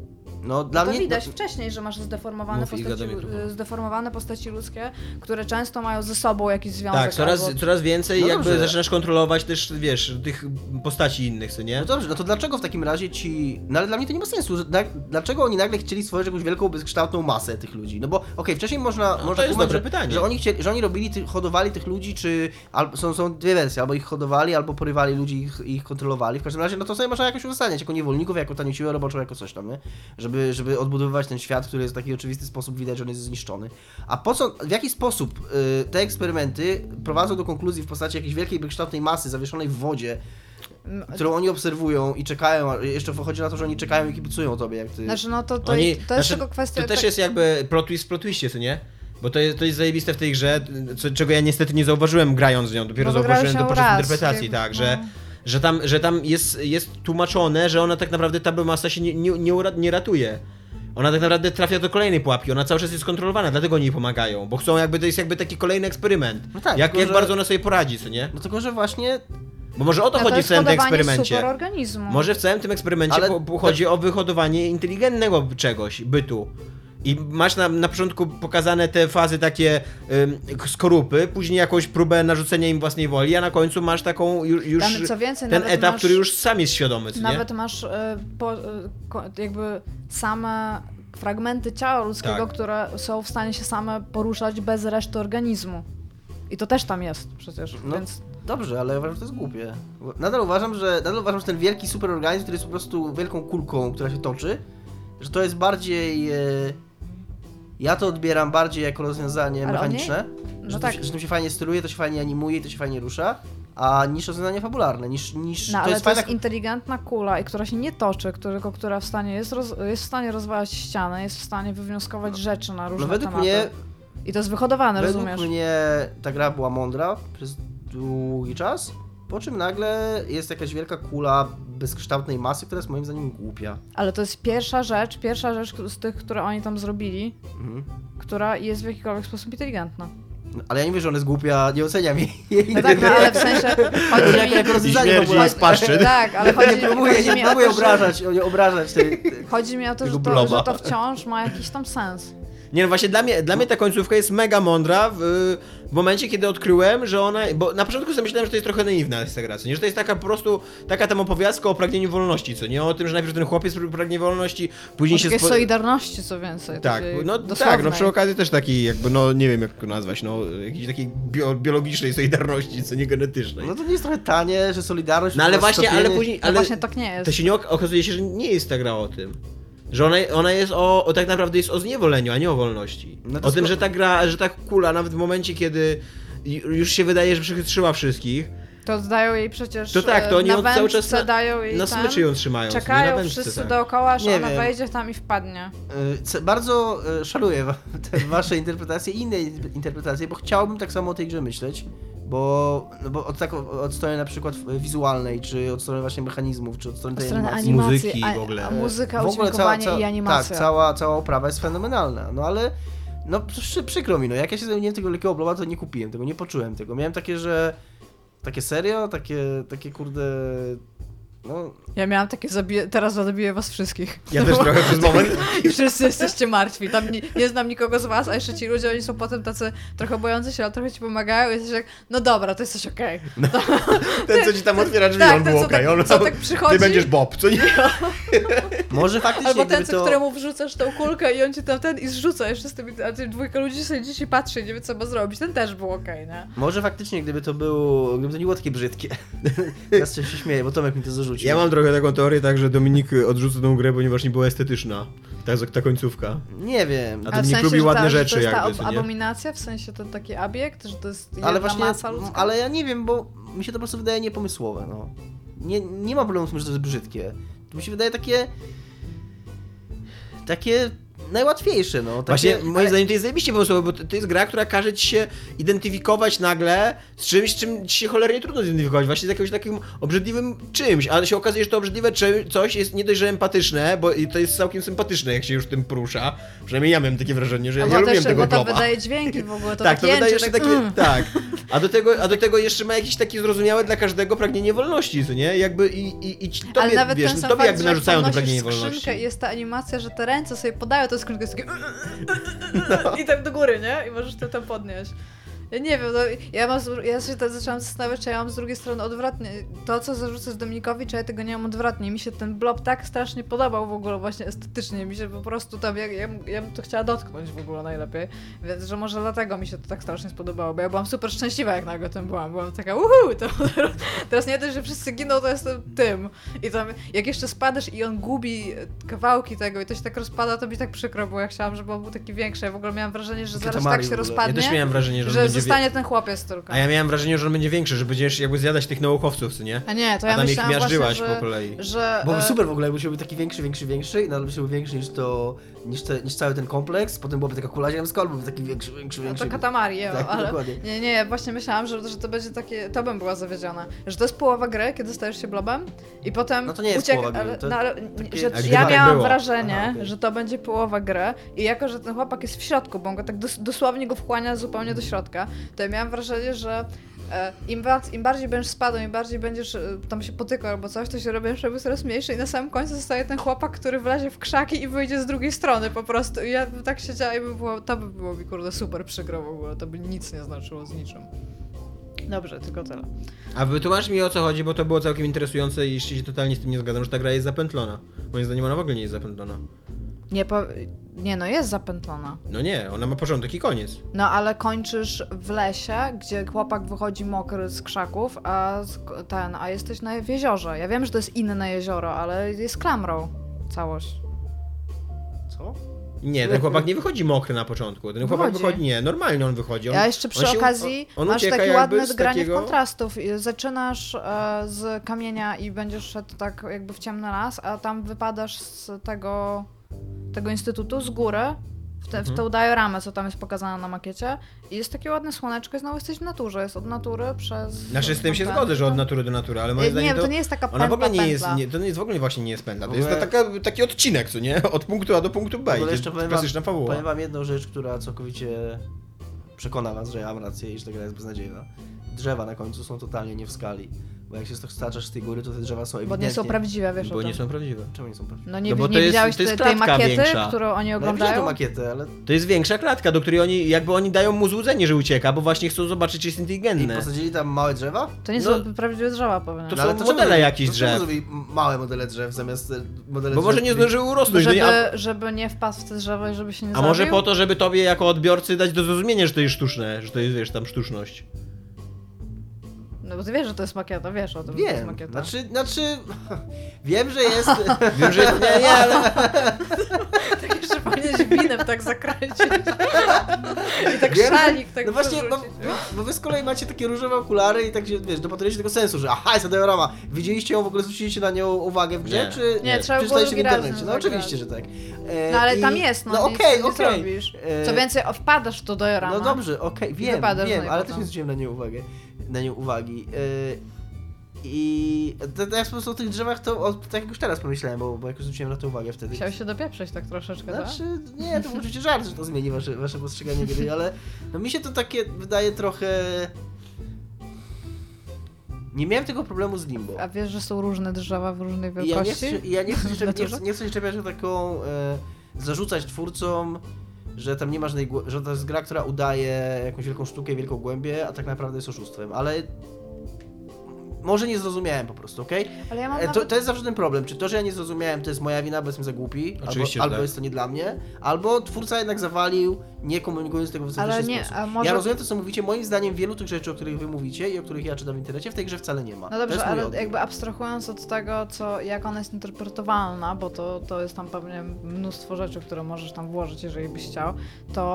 No dla to mnie... widać no, wcześniej, że masz zdeformowane Mów, Iga, postaci, do mikrofonu. zdeformowane postaci ludzkie, które często mają ze sobą jakiś związek. Tak, coraz, albo... coraz więcej No jakby dobrze. zaczynasz kontrolować też, wiesz, tych postaci innych, co nie? No dobrze, no to dlaczego w takim razie ci... No ale dla mnie to nie ma sensu, że na... dlaczego oni nagle chcieli stworzyć jakąś wielką, bezkształtną masę tych ludzi? No bo okej, okay, wcześniej można, No, można to jest kumać, dobre że, pytanie. że oni chcieli, że oni robili, ty, hodowali tych ludzi, czy... Albo, są, są dwie wersje, albo ich hodowali, albo porywali ludzi i ich, ich kontrolowali. W każdym razie, no to sobie można jakoś uzasadniać, jako niewolników, jako tanią siłę roboczą, jako coś tam, nie? Żeby, żeby odbudowywać ten świat, który jest w taki oczywisty sposób widać, że on jest zniszczony. A po co, w jaki sposób y, te eksperymenty prowadzą do konkluzji w postaci jakiejś wielkiej, bezkształtnej masy zawieszonej w wodzie, którą oni obserwują i czekają, a jeszcze wychodzi na to, że oni czekają i kibicują tobie, jak ty... Znaczy no to, to, Oni, jest, to jest znaczy, tylko kwestia... To też tak- jest jakby plot twist w plot twistie, co nie? Bo to jest, to jest zajebiste w tej grze, co, czego ja niestety nie zauważyłem grając z nią, dopiero No bo grałeś zauważyłem to ją podczas raz, interpretacji, jakby, tak, no. że, że tam, że tam jest, jest tłumaczone, że ona tak naprawdę, ta masa się nie, nie, nie, ura- nie ratuje. Ona tak naprawdę trafia do kolejnej pułapki, ona cały czas jest kontrolowana, dlatego oni jej pomagają, bo chcą jakby, to jest jakby taki kolejny eksperyment. No tak, jak tylko, jak że- bardzo ona sobie poradzi, co nie? No tylko, że właśnie... Bo może o to No chodzi w jest całym tym hodowanie eksperymencie. superorganizmu. Może w całym tym eksperymencie Ale- po, po chodzi o wyhodowanie inteligentnego czegoś, bytu. I masz na, na początku pokazane te fazy takie ym, skorupy, później jakąś próbę narzucenia im własnej woli, a na końcu masz taką już, już Tam, co więcej, ten nawet etap, masz- który już sam jest świadomy, co nie? Nawet masz y, po, y, ko, jakby same fragmenty ciała ludzkiego, Tak. które są w stanie się same poruszać bez reszty organizmu. I to też tam jest przecież, No, więc... Dobrze, ale ja uważam, że to jest głupie. Nadal uważam, że nadal uważam, że ten wielki superorganizm, który jest po prostu wielką kulką, która się toczy, że to jest bardziej... E, ja to odbieram bardziej jako rozwiązanie Ale on nie- mechaniczne, no że, tak. to, się- że tym się fajnie steruje, to się fajnie animuje, to się fajnie rusza, a niż rozwiązanie fabularne, niż... niż No to ale jest to fajna... jest inteligentna kula, i która się nie toczy, tylko która w stanie jest, roz, jest w stanie rozwalać ścianę, jest w stanie wywnioskować rzeczy na różne No według tematy. mnie... I to jest wyhodowane, Według rozumiesz? mnie ta gra była mądra przez długi czas, po czym nagle jest jakaś wielka kula bezkształtnej masy, która jest moim zdaniem głupia. Ale to jest pierwsza rzecz, pierwsza rzecz z tych, które oni tam zrobili, Mhm. która jest w jakikolwiek sposób inteligentna. No, ale ja nie mówię, że ona jest głupia, nie oceniam jej. jej No tak, no, ale w sensie chodzi Jak- mi... jak rozwiązanie śmierci fabularne. jest paszczy. Tak, ale Nie chodzi, próbuję, chodzi nie mi o próbuję to, że, obrażać, nie obrażać tej... tej- chodzi mi o to, że Tego to, bloba. że to wciąż ma jakiś tam sens. Nie no właśnie dla mnie, dla mnie ta końcówka jest mega mądra w, w momencie, kiedy odkryłem, że ona, bo na początku sobie myślałem, że to jest trochę naiwna jest ta gra, co nie? Że to jest taka po prostu, taka tam opowiastka o pragnieniu wolności, co nie? O tym, że najpierw ten chłopiec pragnie wolności, później O się... takiej spo- solidarności, co więcej. Tak, takiej no dosłownej. tak, no przy okazji też taki jakby, no nie wiem jak to nazwać, no jakiejś takiej bio, biologicznej solidarności, co nie genetycznej. No to nie jest trochę tanie, że Solidarność... No ale po właśnie, ale stopienie- później, No ale właśnie tak nie jest. to się nie ok- okazuje się, że nie jest ta gra o tym. Że ona, ona jest o, o, tak naprawdę jest o zniewoleniu, a nie o wolności. No to o tym, sko- że ta gra, że ta kula nawet w momencie, kiedy już się wydaje, że przechytrzyła wszystkich, To dają jej przecież to tak, to e, oni na ją cały czas wędce na, dają jej na ten, smyczy ją trzymają. nie na czekają wędce, wszyscy tak. dookoła, że Nie ona wiem. wejdzie tam i wpadnie. Y, ce- Bardzo y, szanuję wa- te wasze interpretacje i inne in- interpretacje, bo chciałbym tak samo o tej grze myśleć, bo, no bo od, tak, od strony na przykład wizualnej, czy od strony właśnie mechanizmów, czy od strony Od tej strony animacji. animacji, muzyki a, w ogóle. A muzyka, W ogóle udźwiękowanie cała- i cała- animacja. Tak, cała, cała oprawa jest fenomenalna, no ale no przy, przykro mi, no jak ja się zajmowałem tego wielkiego bloba, to nie kupiłem tego, nie poczułem tego. Miałem takie, że takie serio, takie, takie kurde, no Ja miałam takie, zabiję, teraz zabiję was wszystkich. Ja też trochę przez moment. I wszyscy jesteście martwi. Tam nie, nie znam nikogo z was, a jeszcze ci ludzie, oni są potem tacy trochę bojący się, ale trochę ci pomagają i jesteś jak, no dobra, to jesteś okej. Ten, co ci tam otwiera drzwi, Tak, on ten, był co okej. tak- On co tak przychodzi. Ty będziesz Bob, co nie? może faktycznie Albo ten, gdyby co, to... któremu wrzucasz tą kulkę i on ci tam ten i zrzuca jeszcze z tymi, a ty dwójka ludzi sobie dzieci patrzy i nie wie co ma zrobić. Ten też był okej, nie? Może faktycznie, gdyby to było, gdyby to nie było takie brzydkie. Teraz się śmieję, bo Tomek mi to zarzucił. Ja mam trochę taką teorię, tak, że Dominik odrzuca tą grę, ponieważ nie była estetyczna. Ta, ta końcówka. Nie wiem. A A w Dominik sensie, lubi że ładne ta, że rzeczy to jest jakby, ta co ab- nie? abominacja, w sensie ten taki obiekt, że to jest jedna Ale właśnie, masa ludzka? ale ja nie wiem, bo mi się to po prostu wydaje niepomysłowe, no. Nie, nie ma problemu z tym, że to jest brzydkie. To mi się wydaje takie... Takie... najłatwiejsze, no. Takie, Właśnie, moim ale- zdaniem to jest zajebiście pomysłowe, bo to, to jest gra, która każe ci się identyfikować nagle z czymś, z czym ci się cholernie trudno zidentyfikować, właśnie z jakimś takim obrzydliwym czymś, ale się okazuje, że to obrzydliwe czy, coś jest nie dość, że empatyczne, bo i to jest całkiem sympatyczne, jak się już tym porusza. Przynajmniej ja miałem takie wrażenie, że ja A nie bo lubiłem też, tego bo to bloba. wydaje dźwięki w ogóle, to tak, to tak wydaje jęczy, jeszcze tak, takie, mm. tak. A do, tego, a do tego jeszcze ma jakieś takie zrozumiałe dla każdego pragnienie wolności, co nie? Jakby i, i, i ci- tobie, Ale nawet wiesz, ten sam tobie fakt, jakby że jak narzucają to podnosisz pragnienie skrzynkę wolności. i jest ta animacja, że te ręce sobie podają tę skrzynkę, jest takie no. I tak do góry, nie? I możesz to tam podnieść. Ja nie wiem, no, ja, mam, z- ja się tak zaczęłam zastanawiać, czy ja mam z drugiej strony odwrotnie. To, co zarzucę z Dominikowi, czy ja tego nie mam odwrotnie. Mi się ten blob tak strasznie podobał w ogóle właśnie estetycznie. Mi się po prostu tam, ja, ja, ja bym to chciała dotknąć w ogóle najlepiej. Więc, że może dlatego mi się to tak strasznie spodobało, bo ja byłam super szczęśliwa, jak nagle tym byłam. Byłam taka uhu, to teraz nie dość, że wszyscy giną, to jestem tym. I tam, jak jeszcze spadasz i on gubi kawałki tego i to się tak rozpada, to mi tak przykro było. Ja chciałam, żeby on był taki większy. Ja w ogóle miałam wrażenie, że zaraz Katamari tak się w ogóle. Ja rozpadnie. Ja też miałem wrażenie, że, Że on będzie zostanie ten chłopiec tylko. A ja miałem wrażenie, że on będzie większy, że będziesz jakby zjadać tych naukowców, co nie? A nie, to A ja tam ich myślałam miażdżyłaś właśnie, po kolei. że... że Byłoby e, super w ogóle, jakby się był taki większy, większy, większy i nadal by się był większy niż to, niż, te, niż cały ten kompleks, potem byłaby taka kula ziemska, byłby taki większy, większy, No większy. to katamari, ja, Tak, ale dokładnie. nie, nie, ja właśnie myślałam, że, że to będzie takie, to bym była zawiedziona, że to jest połowa gry, kiedy stajesz się blobem i potem No to nie jest uciek, połowa gry, ale, to no, ale, takie- że A gdyby ja tak miałam było? wrażenie, Aha, okej. że to będzie połowa gry i jako, że ten chłopak jest w środku, bo on go tak dos, dosłownie go wchłania zupełnie do środka, to ja miałam wrażenie, że e, im, ba- im bardziej będziesz spadł, im bardziej będziesz e, tam się potykał albo coś, to się robi jeszcze coraz mniejszy i na samym końcu zostaje ten chłopak, który wlezie w krzaki i wyjdzie z drugiej strony po prostu. I ja bym tak siedziała i by było, to by było mi kurde super przykro w ogóle, to by nic nie znaczyło z niczym. Dobrze, tylko tyle. A wytłumacz mi, o co chodzi, bo to było całkiem interesujące i się totalnie z tym nie zgadzam, że ta gra jest zapętlona. Moim zdaniem ona w ogóle nie jest zapętlona. Nie, po... nie no, jest zapętlona. No nie, ona ma początek i koniec. No ale kończysz w lesie, gdzie chłopak wychodzi mokry z krzaków, a z- ten, a jesteś na w jeziorze. Ja wiem, że to jest inne jezioro, ale jest klamrą całość. Co? Nie, ten chłopak nie wychodzi mokry na początku. Ten chłopak Wychodzi. wychodzi, nie, normalnie on wychodzi. On, Ja jeszcze przy on się- okazji on, on masz ucieka takie jakby ładne z zgranie takiego... kontrastów. I Zaczynasz e, z kamienia i będziesz szedł tak jakby w ciemny las, a tam wypadasz z tego, tego instytutu z góry, w, te, Mhm. w tą dioramę, co tam jest pokazana na makiecie. I jest takie ładne słoneczko i znowu jesteś w naturze. Jest od natury przez... Znaczy z tym się ten- zgodzę, że od natury do natury, ale moim Nie, zdaniem to to... nie jest taka Ona pętla, w ogóle nie jest, pętla. nie, to nie jest w ogóle właśnie nie jest pętla, to W jest to ogóle- taka, taki odcinek, co nie? Od punktu A do punktu B. W ogóle i to jeszcze jest powiem wam, klasyczna fabuła. powiem wam jedną rzecz, która całkowicie przekona was, że ja mam rację i że ta gra jest beznadziejna. Drzewa na końcu są totalnie nie w skali. Bo jak się staczasz z tej góry, to te drzewa są Bo ewidentnie... nie są prawdziwe, wiesz o Bo tym. nie są prawdziwe. Czemu nie są prawdziwe? No nie, No bo nie to jest- widziałeś to jest tej, tej klatka makiety, większa. którą oni No ja widziałem oglądają? tą makietę, ale... To jest większa klatka, do której oni, jakby oni dają mu złudzenie, że ucieka, bo właśnie chcą zobaczyć, czy jest I inteligentny. posadzili tam małe drzewa? To nie No- są prawdziwe drzewa, powiem. To No, są ale to modele czemu zrobili- jakichś to czemu drzew. zrobili małe modele drzew zamiast e, modele Bo drzew... może nie zdążyły urosnąć. no nie? Żeby, A, żeby nie wpadł w te drzewo i żeby się nie a może zabił? po to, żeby tobie jako odbiorcy dać do zrozumienia, że to jest sztuczne, że to jest, wiesz, tam sztuczność. No bo ty wiesz, że to jest makieta, wiesz o tym, że to jest Wiem, makieta. znaczy, znaczy... wiem, że jest... Wiem, że nie, nie, ale... Tak jeszcze powinieneś winem tak zakręcić. I tak Wiem, szalik tak No właśnie, bo, przerzucić. bo wy z kolei macie takie różowe okulary i tak się, wiesz, dopatrujecie tego sensu, że aha, jest to diorama. Widzieliście ją, w ogóle zwróciliście na nią uwagę w grze, Nie. czy... Nie, trzeba było Przeczytaliście w drugi raz internecie? No zagrać. oczywiście, że tak. E, No ale i- tam jest, no, No nic okej, nie okej. zrobisz. E, Co więcej, o, wpadasz w to dioramę. No dobrze, okej, wiem, wypadasz z wiem, niej ale potem. też nie zwróciłem na nią uwagę. Na nią uwagi. E, I to, to jak po prostu o tych drzewach, to o, tak jak już teraz pomyślałem, bo, bo jak już zwróciłem na to uwagę wtedy. Chciałeś się dopieprzeć tak troszeczkę, tak? Znaczy, nie, to oczywiście żart, że to zmieni wasze, wasze postrzeganie gry, ale no mi się to takie wydaje trochę... Nie miałem tego problemu z Limbo. A wiesz, że są różne drzewa w różnej I ja nie wielkości? chcę, i ja nie chcę, się, W nie naturze? chcę, nie chcę się czepiać o taką... E, zarzucać twórcom, że tam nie ma żadnej... głę- że to jest gra, która udaje jakąś wielką sztukę, wielką głębię, a tak naprawdę jest oszustwem, ale... Może nie zrozumiałem po prostu, okej? Ale ja mam E, To, nawet... to jest zawsze ten problem. Czy to, że ja nie zrozumiałem, to jest moja wina, bo jestem za głupi, Oczywiście, albo, że albo tak. jest to nie dla mnie, albo twórca jednak zawalił, nie komunikując tego w Ale dostateczny nie, sposób. a może... Ja rozumiem to, co mówicie. Moim zdaniem wielu tych rzeczy, o których wy mówicie i o których ja czytam w internecie, w tej grze wcale nie ma. No to dobrze, jest mój ale odbiór. jakby abstrahując od tego, co, jak ona jest interpretowana, bo to, to jest tam pewnie mnóstwo rzeczy, które możesz tam włożyć, jeżeli byś chciał, to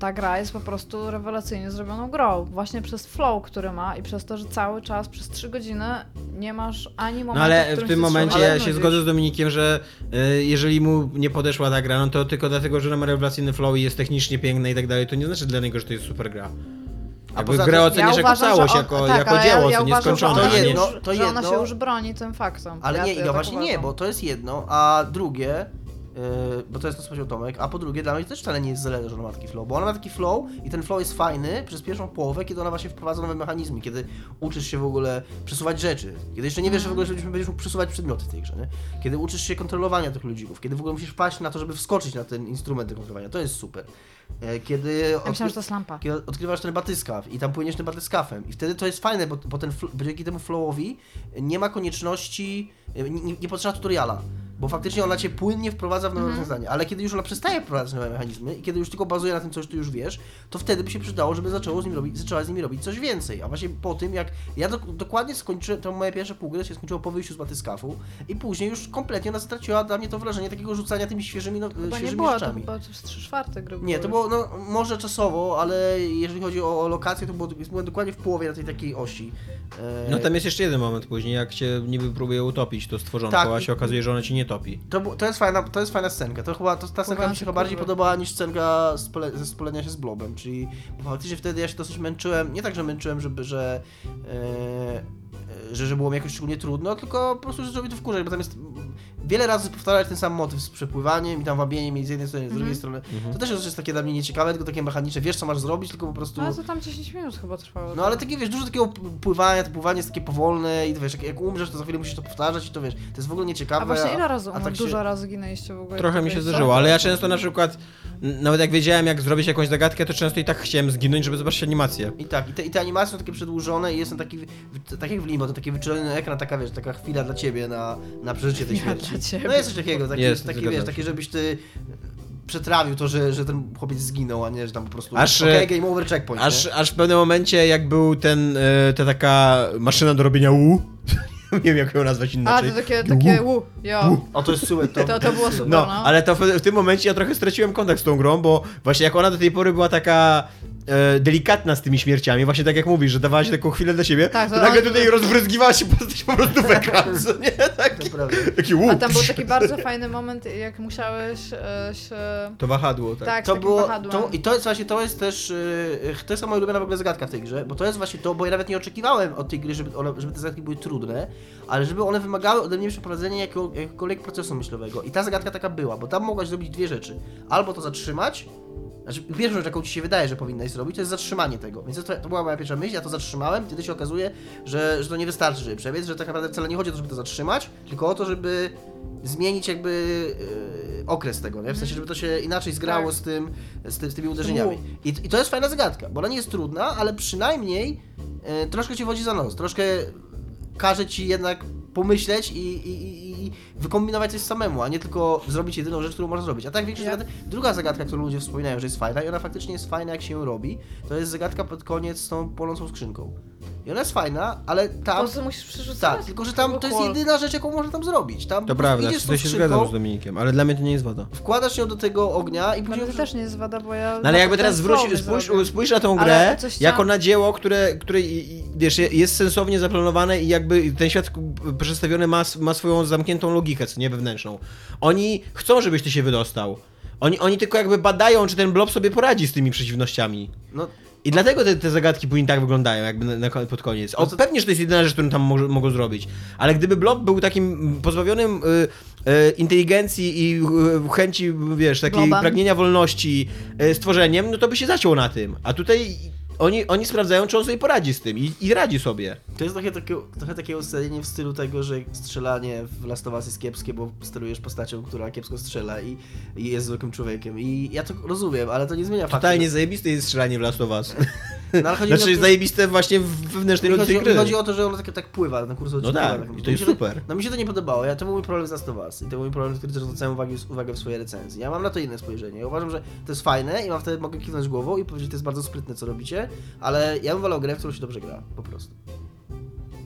ta gra jest po prostu rewelacyjnie zrobioną grą. Właśnie przez flow, który ma i przez to, że cały czas przez trzy godziny nie masz ani momentu, No ale którym w tym się momencie trzeba ja się nudzić. zgodzę z Dominikiem, że y, jeżeli mu nie podeszła ta gra, no to tylko dlatego, że ma rewelacyjny flow i jest technicznie piękna i tak dalej, to nie znaczy dla niego, że to jest super gra. Jakby poza grę tym- oceniasz Ja jako uważam, całość, że on- jako, tak, jako ale dzieło, ja, ja co uważam, że nieskończone, ona To a się nie... jedno, już, to że ona jedno. się już broni tym faktem. Ale ja, nie, ja Iga, tak właśnie nie, uważam. bo to jest jedno, a drugie, yy, bo to jest to, co powiedział Tomek, a po drugie, dla mnie też wcale nie jest zależy, że ona ma taki flow, bo ona ma taki flow i ten flow jest fajny przez pierwszą połowę, kiedy ona właśnie wprowadza nowe mechanizmy, kiedy uczysz się w ogóle przesuwać rzeczy, kiedy jeszcze nie wiesz, że w ogóle że będziesz mógł przesuwać przedmioty w tej grze, nie? Kiedy uczysz się kontrolowania tych ludzików, kiedy w ogóle musisz paść na to, żeby wskoczyć na ten instrument do kontrolowania, to jest super. Yy, Kiedy Ja myślałam, że to jest lampa. kiedy odkrywasz ten batyskaw i tam płyniesz tym batyskafem i wtedy to jest fajne, bo, bo, ten, fl- bo dzięki temu flowowi nie ma konieczności, nie, nie, nie potrzeba tutoriala, bo faktycznie ona cię płynnie wprowadza w nowe Mhm. rozwiązanie, ale kiedy już ona przestaje wprowadzać nowe mechanizmy i kiedy już tylko bazuje na tym, co już ty już wiesz, to wtedy by się przydało, żeby zaczęło z nim robić, zaczęła z nimi robić coś więcej, a właśnie po tym jak ja do, dokładnie skończyłem, to moje pierwsze pół gry się skończyło po wyjściu z batyskafu i później już kompletnie ona straciła dla mnie to wrażenie takiego rzucania tymi świeżymi, no, Chyba nie świeżymi było, to rzeczami. chyba to z trzy czwarte gry Nie, to było. było, no może czasowo, ale jeżeli chodzi o, o lokację, to było, byłem dokładnie w połowie na tej takiej osi. E, No tam jest jeszcze jeden moment później, jak cię niby próbuje utopić to stworzonko, Tak. a się okazuje, że ono ci nie topi. to, bu- to, jest fajna, to jest fajna scenka, to chyba, to, ta scenka mi się chyba bardziej kurwa. podobała niż scenka spole, ze spolenia się z blobem, czyli bo faktycznie wtedy ja się dosyć męczyłem, nie tak, że męczyłem, żeby, że, e, że, że było mi jakoś szczególnie trudno, tylko po prostu, że zrobię to wkurzać, bo tam jest wiele razy powtarzać ten sam motyw z przepływaniem i tam wabieniem i z jednej strony, z drugiej Mhm. strony. To też jest takie dla mnie nieciekawe, tylko takie mechaniczne, wiesz co masz zrobić, tylko po prostu... Ale to tam dziesięć minut chyba trwało. No ale takie, wiesz, dużo takiego p- pływania, to pływanie jest takie powolne i to wiesz, jak, jak umrzesz, to za chwilę musisz to powtarzać i to wiesz, to jest w ogóle nieciekawe. A właśnie ile razy, a a tak się- dużo razy ginęliście w ogóle? Trochę mi się Tutaj, co? zdarzyło, ale ja często na przykład, n- nawet jak wiedziałem jak zrobić jakąś zagadkę, to często i tak chciałem zginąć, żeby zobaczyć animację. I tak, i te, i te animacje są takie przedłużone i jestem taki, w- tak jak w Limbo, to taki wyczulony ekran, taka wiesz, taka chwila dla ciebie na, na przeżycie tej Ja śmierci. dla ciebie. No jest coś takiego, taki, Jest, taki zgadzam wiesz, się. takie żebyś ty przetrawił to, że, że ten chłopiec zginął, a nie, że tam po prostu Aż, okej, e, game over, checkpoint, Aż, nie? aż w pewnym momencie, jak był ten, e, ta taka maszyna do robienia łu, nie wiem jak ją nazwać A, inaczej. to takie, takie wu, jo. O, to jest super, to, To, to było super, No, no. ale to w, w tym momencie ja trochę straciłem kontakt z tą grą, bo właśnie jak ona do tej pory była taka e, delikatna z tymi śmierciami, właśnie tak jak mówisz, że dawała się taką chwilę dla siebie, Tak, to to nagle on- tutaj rozbryzgiwała się po prostu, po prostu w ekran, co nie? Taki, To prawda. taki łuk. A tam był taki bardzo fajny moment, jak musiałeś e, się... To wahadło, tak. Tak, z To takim było, wahadłem. to, i to jest właśnie, to jest też, yy, to jest moja ulubiona w ogóle zagadka w tej grze, bo to jest właśnie to, bo ja nawet nie oczekiwałem od tej gry, żeby, one, żeby te zagadki były trudne, ale żeby one wymagały ode mnie przeprowadzenia jakiego, jakiegokolwiek procesu myślowego. I ta zagadka taka była, bo tam mogłaś zrobić dwie rzeczy. Albo to zatrzymać, znaczy pierwszą rzecz, jaką ci się wydaje, że powinnaś zrobić, to jest zatrzymanie tego. Więc to, to była moja pierwsza myśl, ja to zatrzymałem, wtedy się okazuje, że, że to nie wystarczy, żeby przebiec, że tak naprawdę wcale nie chodzi o to, żeby to zatrzymać, tylko o to, żeby zmienić jakby yy, okres tego, nie? W sensie, żeby to się inaczej zgrało Tak. z, tym, z, ty, z tymi uderzeniami. I, I to jest fajna zagadka, bo ona nie jest trudna, ale przynajmniej yy, troszkę cię wodzi za nos, troszkę każe ci jednak pomyśleć i, i, i- i wykombinować coś samemu, a nie tylko zrobić jedyną rzecz, którą można zrobić. A tak większość Ja- zagadek, druga zagadka, którą ludzie wspominają, że jest fajna i ona faktycznie jest fajna, jak się ją robi, to jest zagadka pod koniec z tą płonącą skrzynką. I ona jest fajna, ale Po tam... prostu musisz przerzucać. Tak, tylko że tam to jest jedyna rzecz, jaką można tam zrobić. Tam To po prostu prawda, idziesz z tą tutaj się skrzynką, zgadzam z Dominikiem, ale dla mnie to nie jest woda. wkładasz ją do tego ognia i Ale później... to też nie jest wada, bo ja... No ale jakby ten teraz zwróć, flow nie spójrz, zrobię. spójrz na tą Ale grę coś jako chciałam- na dzieło, które, które i- i- wiesz, jest sensownie zaplanowane i jakby ten świat przedstawiony ma, ma swoją zamkniętą logikę, co nie wewnętrzną. Oni chcą, żebyś ty się wydostał. Oni, oni tylko jakby badają, czy ten blob sobie poradzi z tymi przeciwnościami. No, I dlatego te, te zagadki później tak wyglądają, jakby na, na, kon- pod koniec. O, No to- pewnie, że to jest jedyna rzecz, którą tam mo- mogą zrobić. Ale gdyby blob był takim pozbawionym y, y, inteligencji i y, chęci, wiesz, takiej Blobem. pragnienia wolności y, stworzeniem, no to by się zaciął na tym. A tutaj oni, oni sprawdzają, czy on sobie poradzi z tym i, i radzi sobie. to jest trochę takie, trochę takie ustawienie w stylu tego, że strzelanie w Last of Us jest kiepskie, bo sterujesz postacią, która kiepsko strzela i, i jest zwykłym człowiekiem. I ja to rozumiem, ale to nie zmienia faktu. Totalnie zajebiste jest strzelanie w Last of Us. No, ale chodzi mi o Znaczy to- zajebiste właśnie w wewnętrznej Mi logice chodzi, gry. mi chodzi o to, że ono tak, tak pływa, ten kursor No ci tak, pływa, tak. i to Mi jest się super. No mi się to nie podobało, ja, to był mój problem z Last of Us i to był mój problem, który też zwracałem uwagę, uwagę w swojej recenzji. Ja mam na to inne spojrzenie. Ja uważam, że to jest fajne i mam wtedy mogę kiwnąć głową i powiedzieć, że to jest bardzo sprytne, co robicie, ale ja bym wolał grę, w którą się dobrze gra, po prostu.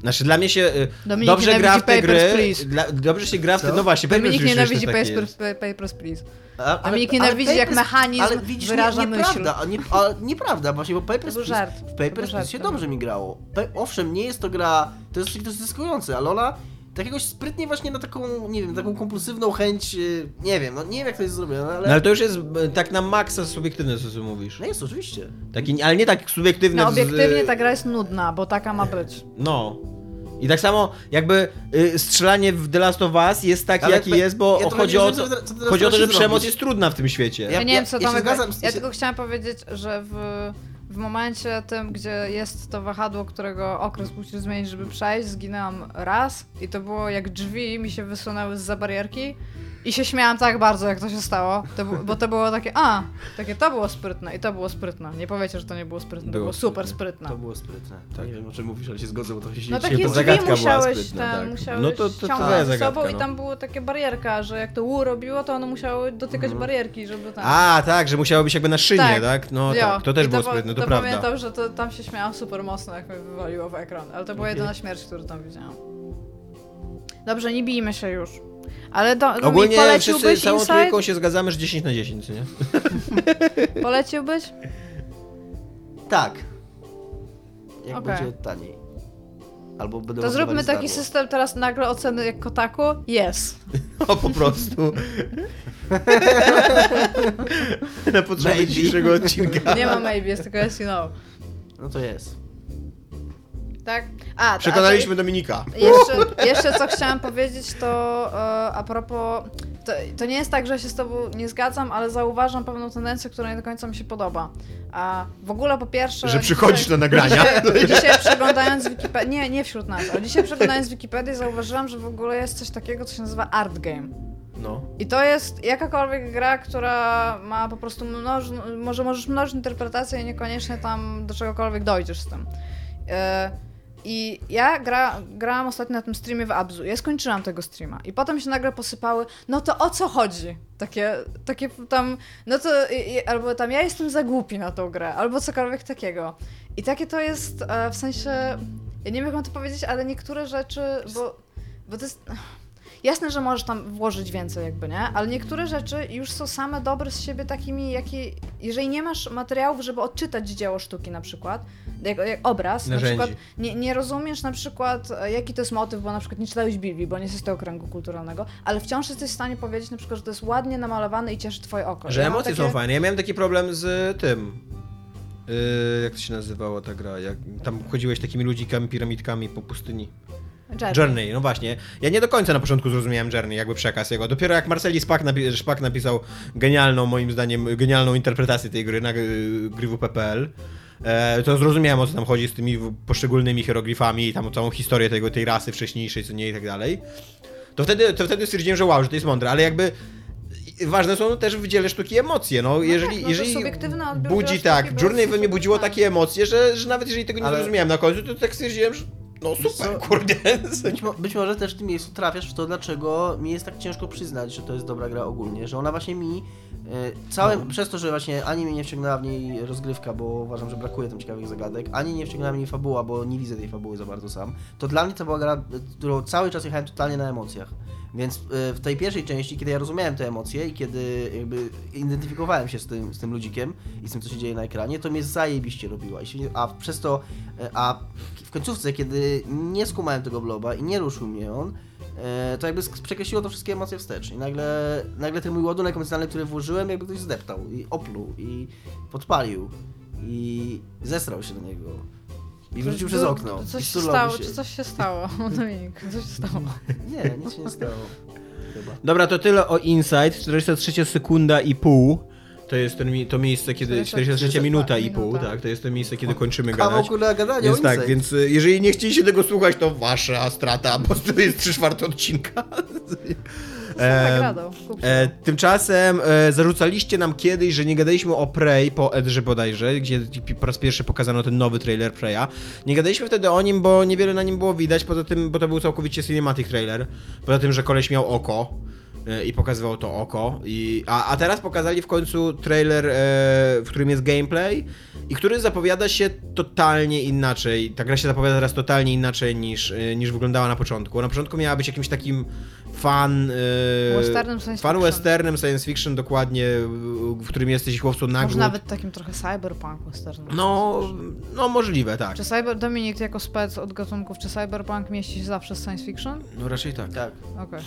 Znaczy dla mnie się y, Dominik dobrze gra w te nienawidzi gry, Papers, Please. dla, dobrze się gra w te, Co? no właśnie, Papers, Dominik Please nienawidzi też takie Papers, jest. Papers, Please. A, Dominik nienawidzi, jak Papers- mechanizm ale widzisz, wyraża nie, myśl. nieprawda, a nie, a nieprawda, właśnie, bo Papers, To był Please, żart. w To był Papers żart, Please się to dobrze mi grało. Pe- owszem, nie jest to gra, to jest, to jest dyskutujące, ale ona takiegoś sprytnie właśnie na taką, nie wiem, taką kompulsywną chęć, y, nie wiem, no nie wiem jak to jest zrobione, ale... No ale to już jest y, tak na maksa subiektywne, co ty mówisz. No jest, oczywiście. Taki, ale nie tak subiektywne. No w- obiektywnie ta gra jest nudna, bo taka ma być. No. I tak samo jakby y, strzelanie w The Last of Us jest takie, Ale jaki pe- jest, bo ja trochę chodzi nie o rozumiem, to, co ty- co ty chodzi o to, że teraz przemoc zrobić. jest trudna w tym świecie. Ja- Ja nie wiem, co ja się Tomek... zgadzam, Ja ja- tylko chciałam powiedzieć, że w, w momencie tym, gdzie jest to wahadło, którego okres musisz zmienić, żeby przejść, zginęłam raz i to było jak drzwi mi się wysunęły zza barierki i się śmiałam tak bardzo, jak to się stało, to, bu- bo to było takie, a, takie to było sprytne i to było sprytne. Nie powiecie, że to nie było sprytne, to Było było super sprytne. sprytne. To było sprytne. Tak. Nie wiem o czym mówisz, ale się zgodzę, bo to się No się takie to drzwi zagadka była musiałeś, sprytna, ten, tak. musiałeś No to- to ściągnąć twoja ze sobą zagadka, i no. tam była taka barierka, że jak to łu robiło, to one musiały dotykać barierki, żeby tam... A, tak, że musiało być jakby na szynie, tak? Tak. No Jo, tak, to też i było po- sprytne, to, to prawda. pamiętam, że to, tam się śmiałam super mocno, jak mnie wywaliło w ekran, ale to była jedyna śmierć, którą tam widziałam. Dobrze, nie bijmy się już. Ale do, Dominik, Ogólnie wszyscy poleciłbyś całą Inside? trójką się zgadzamy, że dziesięć na dziesięć, nie? Poleciłbyś? Tak. Jak Okej. będzie taniej. Albo będę To rozdawali zróbmy za taki darmo. system teraz nagle oceny jak Kotaku. Yes. O, po prostu. Na potrzeby Maybe. dzisiejszego odcinka. Nie ma maybe, jest tylko yes i no. No to jest. Tak? A, Przekonaliśmy Dominika. Jeszcze, jeszcze co chciałam powiedzieć, to e, a propos, to, to nie jest tak, że się z tobą nie zgadzam, ale zauważam pewną tendencję, która nie do końca mi się podoba. A w ogóle po pierwsze... Że przychodzisz na nagrania. Dzisiaj, dzisiaj przeglądając Wikipedię, nie, nie wśród nas, ale dzisiaj przeglądając Wikipedię zauważyłam, że w ogóle jest coś takiego, co się nazywa art game. No. I to jest jakakolwiek gra, która ma po prostu mnoż, może możesz mnożyć interpretację i niekoniecznie tam do czegokolwiek dojdziesz z tym. E, I ja gra, grałam ostatnio na tym streamie w Abzu. Ja skończyłam tego streama. I potem się nagle posypały, no to o co chodzi? Takie, takie tam, no to, i, i, albo tam ja jestem za głupi na tą grę, albo cokolwiek takiego. I takie to jest, e, w sensie, ja nie wiem jak mam to powiedzieć, ale niektóre rzeczy, bo, bo to jest... Jasne, że możesz tam włożyć więcej jakby, nie? Ale niektóre rzeczy już są same dobre z siebie takimi, jakie... Jeżeli nie masz materiałów, żeby odczytać dzieło sztuki na przykład, jak, jak obraz, Narzędzi. na przykład nie, nie rozumiesz na przykład e, jaki to jest motyw, bo na przykład nie czytałeś Biblii, bo nie jesteś z tego kręgu kulturalnego, ale wciąż jesteś w stanie powiedzieć na przykład, że to jest ładnie namalowane i cieszy twoje oko. Że Ja mam emocje takie- są fajne. Ja miałem taki problem z tym. Yy, jak to się nazywała ta gra? Jak tam chodziłeś takimi ludzikami, piramidkami po pustyni. Journey. Journey, no właśnie. Ja nie do końca na początku zrozumiałem Journey, jakby przekaz jego. Dopiero jak Marceli Szpak, napi- Szpak napisał genialną, moim zdaniem, genialną interpretację tej gry na y, gry W P kropka P L, e, to zrozumiałem, o co tam chodzi z tymi w- poszczególnymi hieroglifami i tam całą historię tego, tej rasy wcześniejszej, co nie i tak dalej. To wtedy, to wtedy stwierdziłem, że wow, że to jest mądre, ale jakby ważne są też w dziele sztuki emocje, no, jeżeli, tak, no to jeżeli subiektywny odbiór budzi, dzieła tak, sztuki był Journey we mnie budziło subiektywny. takie emocje, że, że nawet jeżeli tego nie Ale- zrozumiałem na końcu, to tak stwierdziłem, że no super, co? kurde. Być, mo- być może też w tym miejscu trafiasz w to, dlaczego mi jest tak ciężko przyznać, że to jest dobra gra ogólnie, że ona właśnie mi e, całym, No. przez to, że właśnie ani mnie nie wciągnęła w niej rozgrywka, bo uważam, że brakuje tam ciekawych zagadek, ani nie wciągnęła mnie fabuła, bo nie widzę tej fabuły za bardzo sam, to dla mnie to była gra, którą cały czas jechałem totalnie na emocjach. Więc e, w tej pierwszej części, kiedy ja rozumiałem te emocje i kiedy jakby identyfikowałem się z tym, z tym ludzikiem i z tym, co się dzieje na ekranie, to mnie zajebiście robiła. I się, a przez to, e, a w końcówce, kiedy nie skumałem tego bloba i nie ruszył mnie on, e, to jakby sk- przekreśliło to wszystkie emocje wstecz. I nagle, nagle ten mój ładunek emocjonalny, który włożyłem, jakby ktoś zdeptał i opluł i podpalił i zesrał się do niego. I wrzucił przez okno. Coś I się sturlał stało, się. czy coś się stało, Dominik, coś się stało. Nie, nic się nie stało. Chyba. Dobra, to tyle o Inside. czterdziesta trzecia sekunda i pół. To jest ten, mi- to miejsce, kiedy... czterdziesta trzecia minuta i pół, minuta. tak. To jest to miejsce, kiedy kończymy Kawał gadać. kurde gadania Więc o tak, Inside. więc y, jeżeli nie chcieliście tego słuchać, to wasza strata, bo to jest trzy czwarte odcinka. Tak Em, radą, kup się. E, tymczasem e, zarzucaliście nam kiedyś, że nie gadaliśmy o Prey po Edrze bodajże, gdzie po raz pierwszy pokazano ten nowy trailer Preya. Nie gadaliśmy wtedy o nim, bo niewiele na nim było widać, poza tym, bo to był całkowicie cinematic trailer. Poza tym, że koleś miał oko. i pokazywało to oko. I, a, a teraz pokazali w końcu trailer, e, w którym jest gameplay i który zapowiada się totalnie inaczej. Ta gra się zapowiada teraz totalnie inaczej niż, e, niż wyglądała na początku. Na początku miała być jakimś takim fan... E, Westernem science fan fiction. westernem science fiction, dokładnie, w którym jesteś chłopcą nagród. Może nawet takim trochę cyberpunk westernem. No, no możliwe, tak. Czy cyber... Dominik, jako spec od gatunków, czy cyberpunk mieści się zawsze z science fiction? No raczej tak. Tak. Okej.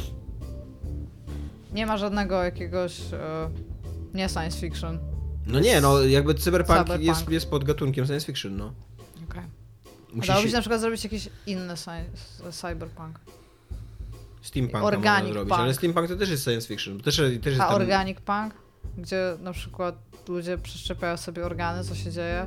Nie ma żadnego jakiegoś e, nie science fiction. No nie, no jakby cyberpunk, Cyberpunk. Jest, jest pod gatunkiem science fiction, no. Okej. Musi Dałoby się się- na przykład zrobić jakiś inny sci- cyberpunk. Steampunk Organic można zrobić, punk. ale steampunk to też jest science fiction. Też, też jest A tam... organic punk? Gdzie na przykład ludzie przeszczepiają sobie organy, co się dzieje?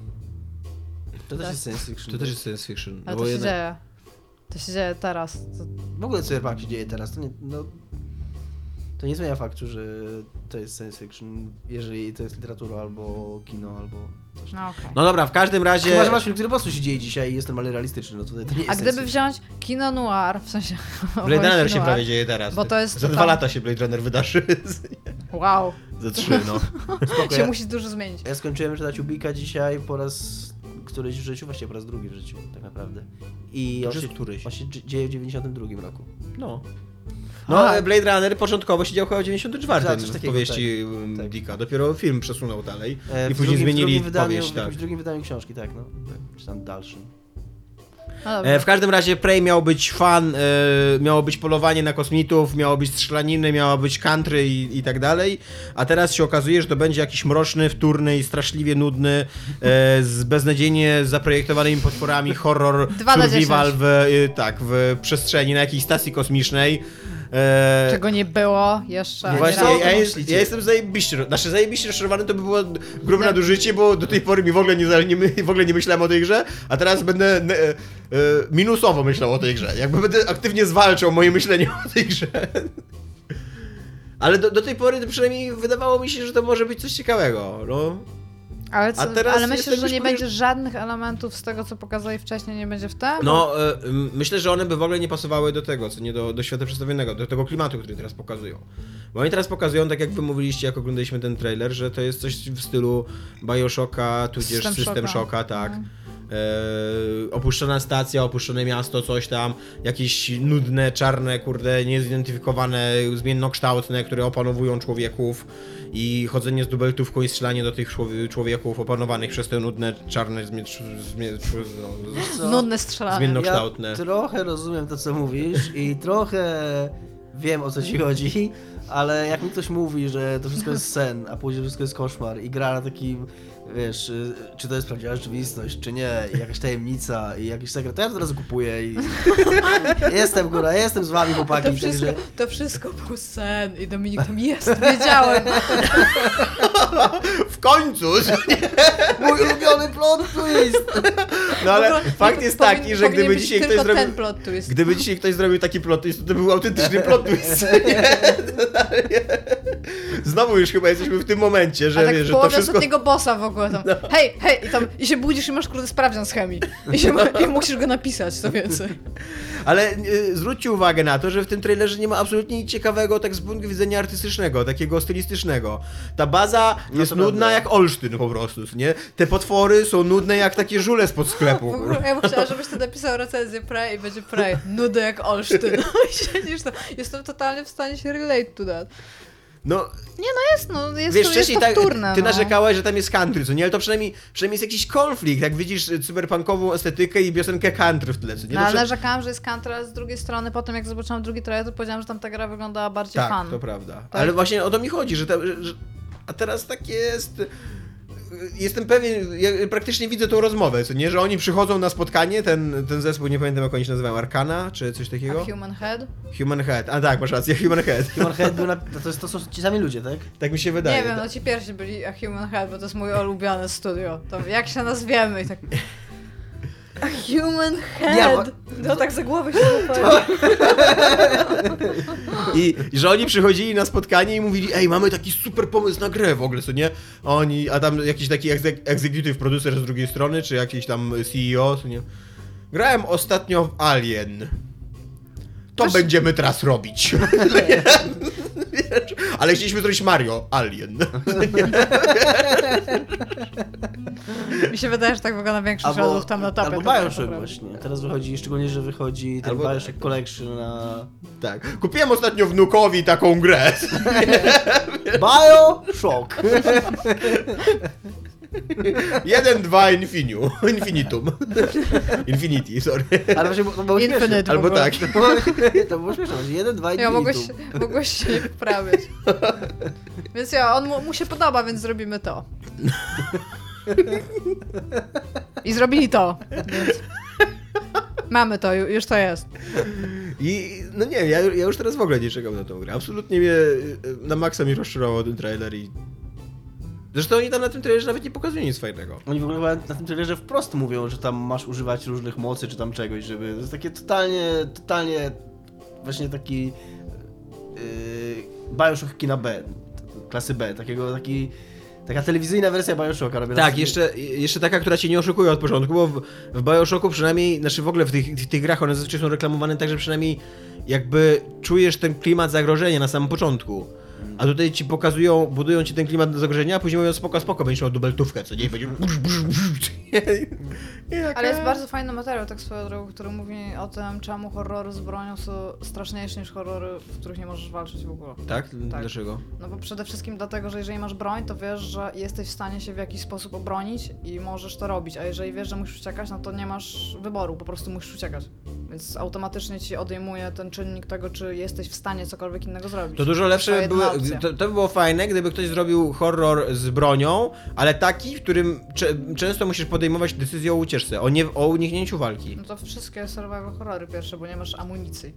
To też Tak. jest science fiction. To też jest science fiction. Ale no to się jednak- dzieje. To się dzieje teraz. To... W ogóle cyberpunk się dzieje teraz, to nie, no, to nie zmienia faktu, że to jest science fiction, jeżeli to jest literatura albo kino, albo coś. No okej. No dobra, w każdym razie... Chyba, że masz film, który po prostu się dzieje dzisiaj i jest normalnie realistyczny, no tutaj to nie jest A science gdyby fiction. wziąć kino noir, w sensie... Blade Runner wojny się noir, prawie dzieje teraz. Bo to jest Za dwa tam- lata się Blade Runner wydarzy. Wow. Za trzy, no. Spoko, Się ja, musi dużo zmienić. ja skończyłem czytać Ubika dzisiaj po raz któryś w życiu, właściwie po raz drugi w życiu, tak naprawdę. I on Że się, któryś? on się dzi- dzieje w dziewięćdziesiątym drugim roku. No. No, A. Blade Runner początkowo siedział chyba w dziewięćdziesiątym czwartym Tak, coś w takiego, powieści tak. Tak. Dicka. Dopiero film przesunął dalej E, i w później drugim, w zmienili drugim wydaniu, powieść, w tak. jakimś drugim wydaniu książki, tak, no. Czy tam dalszym. No dobra. E, w każdym razie Prey miał być fan, e, miało być polowanie na kosmitów, miało być strzelaniny, miało być country i, i tak dalej, a teraz się okazuje, że to będzie jakiś mroczny, wtórny i straszliwie nudny, e, z beznadziejnie zaprojektowanymi potworami horror Dwa na survival dziesięć. w, e, tak, w przestrzeni, na jakiejś stacji kosmicznej. E, Czego nie było jeszcze. no ani właśnie, razu. ja, ja, jest, myślicie? ja jestem zajebiście, znaczy zajebiście rozczarowany to by było grube No. nadużycie, bo do tej pory mi w ogóle nie, za- nie, my- w ogóle nie myślałem o tej grze, a teraz będę ne, e, minusowo myślał o tej grze, jakby będę aktywnie zwalczał moje myślenie o tej grze. Ale do, do tej pory przynajmniej wydawało mi się, że to może być coś ciekawego, no. Ale, co, A teraz ale myślisz, jestem że już nie podejrz- będzie żadnych elementów z tego, co pokazali wcześniej, nie będzie w tym? No, e, m, myślę, że one by w ogóle nie pasowały do tego, co nie do, do świata przedstawionego, do tego klimatu, który teraz pokazują. Bo oni teraz pokazują, tak jak wy mówiliście, jak oglądaliśmy ten trailer, że to jest coś w stylu Bioshocka, tudzież System System Shocka. Shocka, tak. Mhm. E, opuszczona stacja, opuszczone miasto, coś tam, jakieś nudne, czarne, kurde, niezidentyfikowane, zmiennokształtne, które opanowują człowieków i chodzenie z dubeltówką i strzelanie do tych człowie- człowieków opanowanych przez te nudne, czarne, zmie- zmie- no, Co? Nudne strzelanie. zmiennokształtne. Ja trochę rozumiem to, co mówisz i trochę wiem, o co ci chodzi, ale jak mi ktoś mówi, że to wszystko jest sen, a później wszystko jest koszmar i gra na takim, wiesz, y, czy to jest prawdziwa rzeczywistość, czy nie, i jakaś tajemnica i jakiś sekret, to ja to od razu kupuję i jestem, góra, jestem z wami, chłopaki, To wszystko, także... to wszystko był sen i Dominik tam jest, wiedziałem. W końcu! Mój ulubiony plot twist! No ale W ogóle fakt nie- jest powin- taki, że powinien gdyby być dzisiaj tylko ktoś zrobił... ten plot twist. Gdyby dzisiaj ktoś zrobił taki plot twist, to, to był autentyczny plot twist. Nie? Znowu już chyba jesteśmy w tym momencie, że A tak wiesz, w że to połowie wszystko... ostatniego bossa w ogóle tam, hej, hej, i tam, i się budzisz i masz kurde sprawdzian z chemii. I, się, i musisz go napisać, co więcej. Ale y, zwróćcie uwagę na to, że w tym trailerze nie ma absolutnie nic ciekawego tak z punktu widzenia artystycznego, takiego stylistycznego. Ta baza No jest to nudna prawda. jak Olsztyn po prostu, nie? Te potwory są nudne jak takie żule spod sklepu. W ogóle ja bym chciała, żebyś ty napisał recenzję Prey i będzie Prey, nudy jak Olsztyn. I siedzisz tam, jestem totalnie w stanie się relate to that. No, Jest, no, jest wiesz, to, jest wcześniej to tak, wtórne, ty no. narzekałeś, że tam jest country, co nie? Ale to przynajmniej, przynajmniej jest jakiś konflikt, jak widzisz cyberpunkową estetykę i piosenkę country w tle, co nie? No, To ale prze- narzekałam, że jest country, ale z drugiej strony potem jak zobaczyłam drugi trailer, to powiedziałam, że tam ta gra wyglądała bardziej Tak, fan. to prawda. Tak. Ale właśnie o to mi chodzi, że, ta, że, że a teraz tak jest... Jestem pewien, ja praktycznie widzę tą rozmowę, co nie? Że oni przychodzą na spotkanie, ten, ten zespół, nie pamiętam jak oni się nazywają, Arkana, czy coś takiego? A Human Head? Human Head, a tak, masz rację, Human Head. Human Head był na... to, jest, to są ci sami ludzie, tak? Tak mi się wydaje. Nie wiem, tak. no ci pierwsi byli A Human Head, bo to jest mój ulubiony studio. To jak się nazwiemy i tak... A Human Head! Ja, bo- No tak za głowę się złapałem. I, I że oni przychodzili na spotkanie i mówili, ej, mamy taki super pomysł na grę w ogóle, co nie? A oni, a tam jakiś taki egze- executive producer z drugiej strony, czy jakiś tam C E O, co nie? Grałem ostatnio w Alien. to Wiesz- będziemy teraz robić. Wiesz? Ale chcieliśmy zrobić Mario, Alien. Mi się wydaje, że tak wygląda większość rodów tam na topie. Albo to Bioshock prawda. właśnie. Teraz wychodzi, szczególnie, że wychodzi ten Albo- Bioshock Collection na... Tak. Kupiłem ostatnio wnukowi taką grę. Bioshock! Jeden, dwa, Infinium. Infinitum. Infinity, sorry. Ale właśnie to było śmieszne. Infinite w Albo ogóle. tak. To było, to było śmieszne, że jeden, dwa i Ja mogłeś, Infinitum. mogłeś się nie poprawiać. Więc ja, on mu, mu się podoba, więc zrobimy to. I zrobili to. Więc... Mamy to, ju- już to jest. I no nie, ja, ja już teraz w ogóle nie czekam na tą grę. Absolutnie mnie, na maksa mi rozczarował ten trailer i... Zresztą oni tam na tym trailerze nawet nie pokazują nic fajnego. Oni w ogóle chyba na tym trailerze wprost mówią, że tam masz używać różnych mocy czy tam czegoś, żeby... To jest takie totalnie, totalnie właśnie taki yy, Bioshock kina B, klasy B, takiego, taki... Taka telewizyjna wersja Bioshocka robię. Tak, jeszcze, jeszcze taka, która cię nie oszukuje od początku, bo w, w Bioshocku przynajmniej, znaczy w ogóle w tych, w tych grach one zazwyczaj są reklamowane tak, że przynajmniej jakby czujesz ten klimat zagrożenia na samym początku. A tutaj ci pokazują, budują ci ten klimat zagrożenia, a później mówią spoko, spoko, będziesz miał dubeltówkę, co nie? I będziesz... Ale jest bardzo fajny materiał, tak swoją drogą, który mówi o tym, czemu horrory z bronią są straszniejsze niż horrory, w których nie możesz walczyć w ogóle. Tak? Tak. Dlaczego? No bo przede wszystkim dlatego, że jeżeli masz broń, to wiesz, że jesteś w stanie się w jakiś sposób obronić i możesz to robić, a jeżeli wiesz, że musisz uciekać, no to nie masz wyboru, po prostu musisz uciekać. Więc automatycznie ci odejmuje ten czynnik tego, czy jesteś w stanie cokolwiek innego zrobić. To dużo lepsze To były, jedna opcja. to, to by było fajne, gdyby ktoś zrobił horror z bronią, ale taki, w którym cze- często musisz podejmować decyzję o ucieczce, o, nie, o uniknięciu walki. No to wszystkie survival horrory pierwsze, bo nie masz amunicji.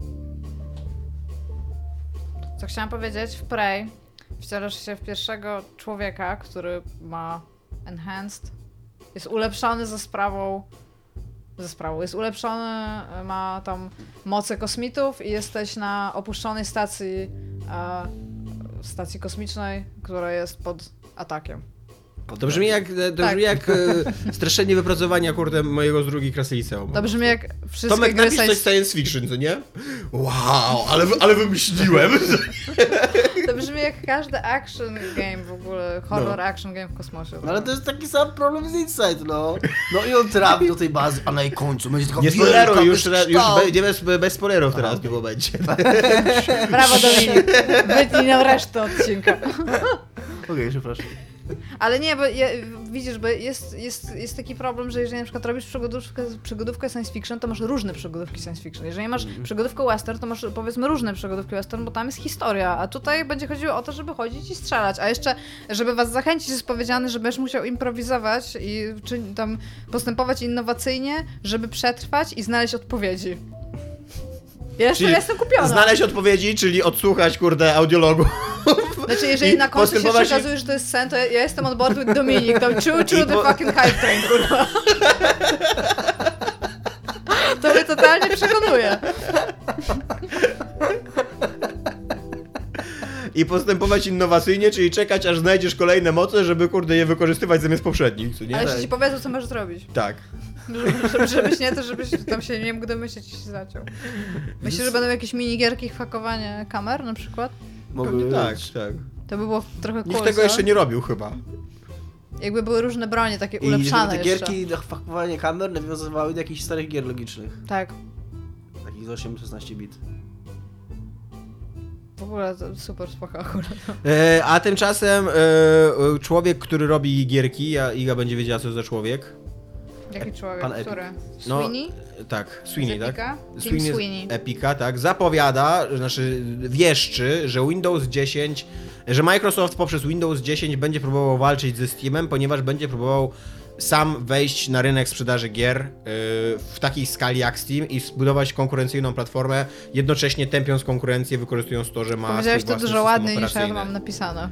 Co chciałam powiedzieć, w Prey wcielasz się w pierwszego człowieka, który ma enhanced, jest ulepszony ze sprawą, ze sprawą, jest ulepszony, ma tam moce kosmitów i jesteś na opuszczonej stacji, e, stacji kosmicznej, która jest pod atakiem. To brzmi jak, to Tak. brzmi jak e, streszczenie wypracowania, kurde, mojego z drugiej klasy liceum. To brzmi jak wszystkie Tomek, gry napisz coś science... science fiction, co nie? Wow, ale, ale wymyśliłem. To brzmi jak każdy action game w ogóle, horror No. action game w kosmosie. No ale to jest taki sam problem z Inside, no. No i on trafi do tej bazy, a na jej końcu będzie taka Nie wielka, spoileruj, już, bez już kształt. be, nie bez, bez spoilerów teraz w tym momencie. Brawo Dominik, wytnij nam resztę odcinka. Okej, przepraszam. Ale nie, bo je, widzisz, bo jest, jest, jest taki problem, że jeżeli na przykład robisz przygodówkę, przygodówkę science fiction, to masz różne przygodówki science fiction. Jeżeli masz przygodówkę western, to masz powiedzmy różne przygodówki western, bo tam jest historia, a tutaj będzie chodziło o to, żeby chodzić i strzelać. A jeszcze, żeby was zachęcić, jest powiedziane, że będziesz musiał improwizować i czy, tam postępować innowacyjnie, żeby przetrwać i znaleźć odpowiedzi. Ja jestem, ja jestem kupiona. Znaleźć odpowiedzi, czyli odsłuchać, kurde, audiologu. Znaczy, jeżeli I na końcu się postępować- przekazuje, że to jest sen, to ja, ja jestem on board with Dominik, to chew, I chew the po- fucking hype train, kurwa. To mnie totalnie przekonuje. I postępować innowacyjnie, czyli czekać, aż znajdziesz kolejne moce, żeby, kurde, je wykorzystywać zamiast poprzednich, co nie? Ale jeśli ci powiedzą, co możesz zrobić. Tak. Żeby, żebyś nie to, żebyś tam się nie mógł domyśleć i się zaciął. Myślisz, że będą jakieś minigierki hakowanie kamer na przykład? Pewnie Mogły tak, być. tak. To by było trochę cool, Nikt tego co? jeszcze nie robił chyba. Jakby były różne bronie, takie I żeby ulepszane te jeszcze. gierki, hakowanie kamer nawiązywały do jakichś starych gier logicznych. Tak. Takich z osiem szesnaście bit. W ogóle to super spoko akurat. E, a tymczasem e, e, człowiek, który robi gierki, a Iga będzie wiedziała, co to za człowiek. Jaki człowiek, Pan Epic. który? No, Sweeney? Tak, Sweeney, Z tak? Epica? Tim Sweeney z Sweeney. Epica, tak, zapowiada, znaczy wieszczy, że Windows dziesięć, że Microsoft poprzez Windows dziesięć będzie próbował walczyć ze Steamem, ponieważ będzie próbował sam wejść na rynek sprzedaży gier yy, w takiej skali jak Steam i zbudować konkurencyjną platformę, jednocześnie tępiąc konkurencję, wykorzystując to, że ma Powiedziałeś swój to własny dużo system ładniej niż ja to operacyjny. mam napisane.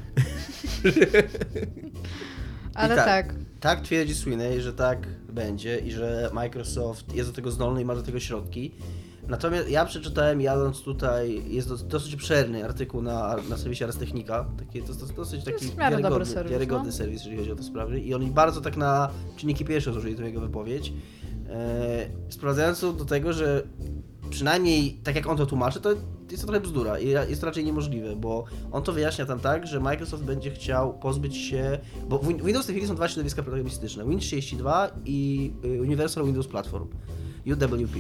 Ale I tak. tak. Tak twierdzi Sweeney, że tak będzie i że Microsoft jest do tego zdolny i ma do tego środki. Natomiast ja przeczytałem, jadąc tutaj, jest dos- dosyć obszerny artykuł na, na serwisie Ars Technica. Taki, to jest dos- dosyć taki jest w miarę dobry wiarygodny, serwis, wiarygodny no. serwis, jeżeli chodzi o te sprawy. I oni bardzo tak na czynniki pierwsze złożyli tę jego wypowiedź. E, sprowadzając to do tego, że przynajmniej tak jak on to tłumaczy, to jest to trochę bzdura i jest to raczej niemożliwe, bo on to wyjaśnia tam tak, że Microsoft będzie chciał pozbyć się, bo w Windows w tej chwili są dwa środowiska programistyczne, Win trzydzieści dwa i Universal Windows Platform, U W P.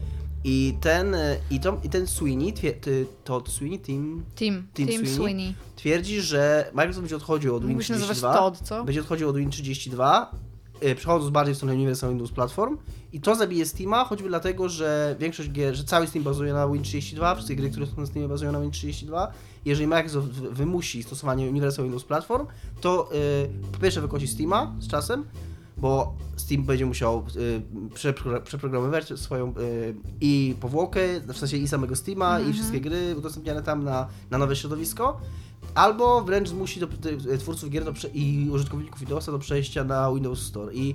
I ten, i, to, i ten Sweeney, Todd Sweeney, Tim, Tim, Tim, Tim Sweeney, Sweeney twierdzi, że Microsoft będzie odchodził od Win trzydzieści dwa, Todd, co? będzie odchodził od Win trzydzieści dwa, przechodząc bardziej w stronę Universal Windows Platform i to zabije Steama, choćby dlatego, że większość gier, że cały Steam bazuje na Win trzydzieści dwa, wszystkie gry, które są na Steamie bazują na Win trzydzieści dwa. Jeżeli Microsoft wymusi stosowanie Universal Windows Platform, to yy, po pierwsze wykosi Steama z czasem, bo Steam będzie musiał y, przepro, przeprogramować swoją y, i powłokę, w sensie i samego Steama, mm-hmm. i wszystkie gry udostępniane tam na, na nowe środowisko, albo wręcz zmusi do, do, twórców gier do, i użytkowników Windowsa do przejścia na Windows Store. I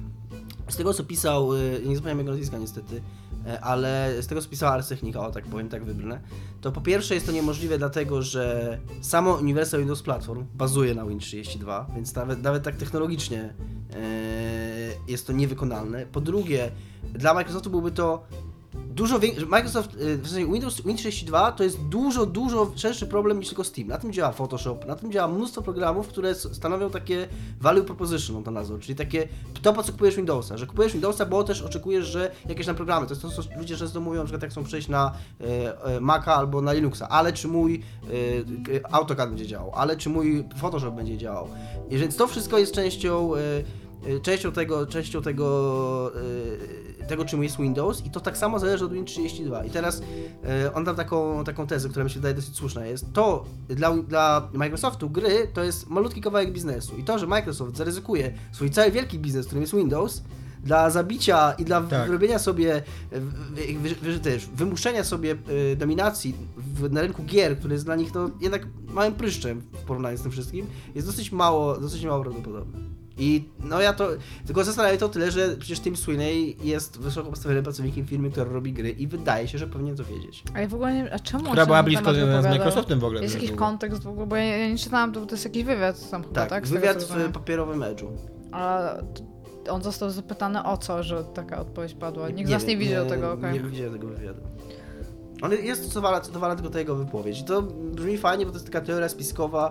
z tego co pisał, y, nie zapomniałem jego nazwiska niestety, y, ale z tego co pisała Ars Technica, o tak powiem, tak wybrnę, to po pierwsze jest to niemożliwe dlatego, że samo Universal Windows Platform bazuje na Win trzydzieści dwa, więc nawet, nawet tak technologicznie jest to niewykonalne. Po drugie, dla Microsoftu byłby to dużo większy, Microsoft, w sensie Windows Win trzydzieści dwa to jest dużo, dużo szerszy problem niż tylko Steam. Na tym działa Photoshop, na tym działa mnóstwo programów, które stanowią takie value proposition, on to nazwał, czyli takie to, po co kupujesz Windowsa, że kupujesz Windowsa, bo też oczekujesz, że jakieś tam programy, to jest to, co ludzie często mówią, na przykład jak chcą przejść na e, Maca albo na Linuxa, ale czy mój e, AutoCAD będzie działał, ale czy mój Photoshop będzie działał. I więc to wszystko jest częścią e, częścią tego, częścią tego, yy, tego czym jest Windows i to tak samo zależy od Win trzydzieści dwa. I teraz yy, on tam taką, taką tezę, która mi się wydaje dosyć słuszna jest, to dla, dla Microsoftu gry to jest malutki kawałek biznesu i to, że Microsoft zaryzykuje swój cały wielki biznes, którym jest Windows, dla zabicia i dla tak. wyrobienia sobie, wy, wy, też, wymuszenia sobie y, dominacji w, na rynku gier, który jest dla nich no, jednak małym pryszczem w porównaniu z tym wszystkim, jest dosyć mało, dosyć mało prawdopodobne. I no ja to, tylko zastanawiam to tyle, że przecież Tim Sweeney jest wysoko postawionym pracownikiem firmy, która robi gry i wydaje się, że powinien to wiedzieć. A ja w ogóle nie, a czemu Która była blisko z Microsoftem w ogóle. Jest jakiś długo. kontekst w ogóle, bo ja, ja nie czytałam, to, to jest jakiś wywiad tam chyba, tak? tak? wywiad w papierowym Edge'u. A on został zapytany o co, że taka odpowiedź padła. Nikt z nas nie widział nie, tego, okej. Okay. Nie widziałem tego wywiadu. On jest cytowana tylko ta jego wypowiedź. I to brzmi fajnie, bo to jest taka teoria spiskowa.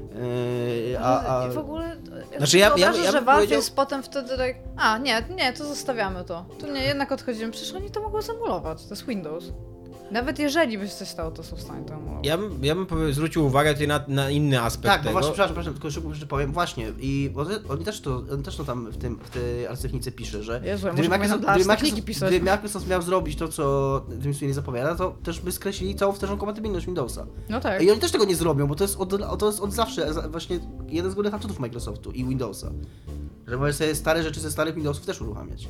Yy, a, a... I w ogóle. Znaczy ja, ja, ja, ja że Valve powiedział... jest potem wtedy tak. A, nie, nie, to zostawiamy to. Tu nie, jednak odchodzimy. Przecież oni to mogą zemulować. To jest Windows. Nawet jeżeli by się coś stało, to są w stanie to emulować. Ja bym, ja bym powie, zwrócił uwagę tutaj na, na inny aspekt tak, tego. Tak, właśnie, przepraszam, przepraszam, tylko szybko jeszcze powiem. Właśnie, i oni też to, on też to tam w, tym, w tej arcytechnice pisze, że Jezu, gdyby, Microsoft, gdyby, Microsoft, pisać. gdyby Microsoft miał zrobić to, co Tim Sweeney zapowiada, to też by skreślili całą wsteczną kompatybilność Windowsa. No tak. I oni też tego nie zrobią, bo to jest od, to jest od zawsze właśnie jeden z głównych atutów Microsoftu i Windowsa. Że możesz sobie stare rzeczy ze starych Windowsów też uruchamiać.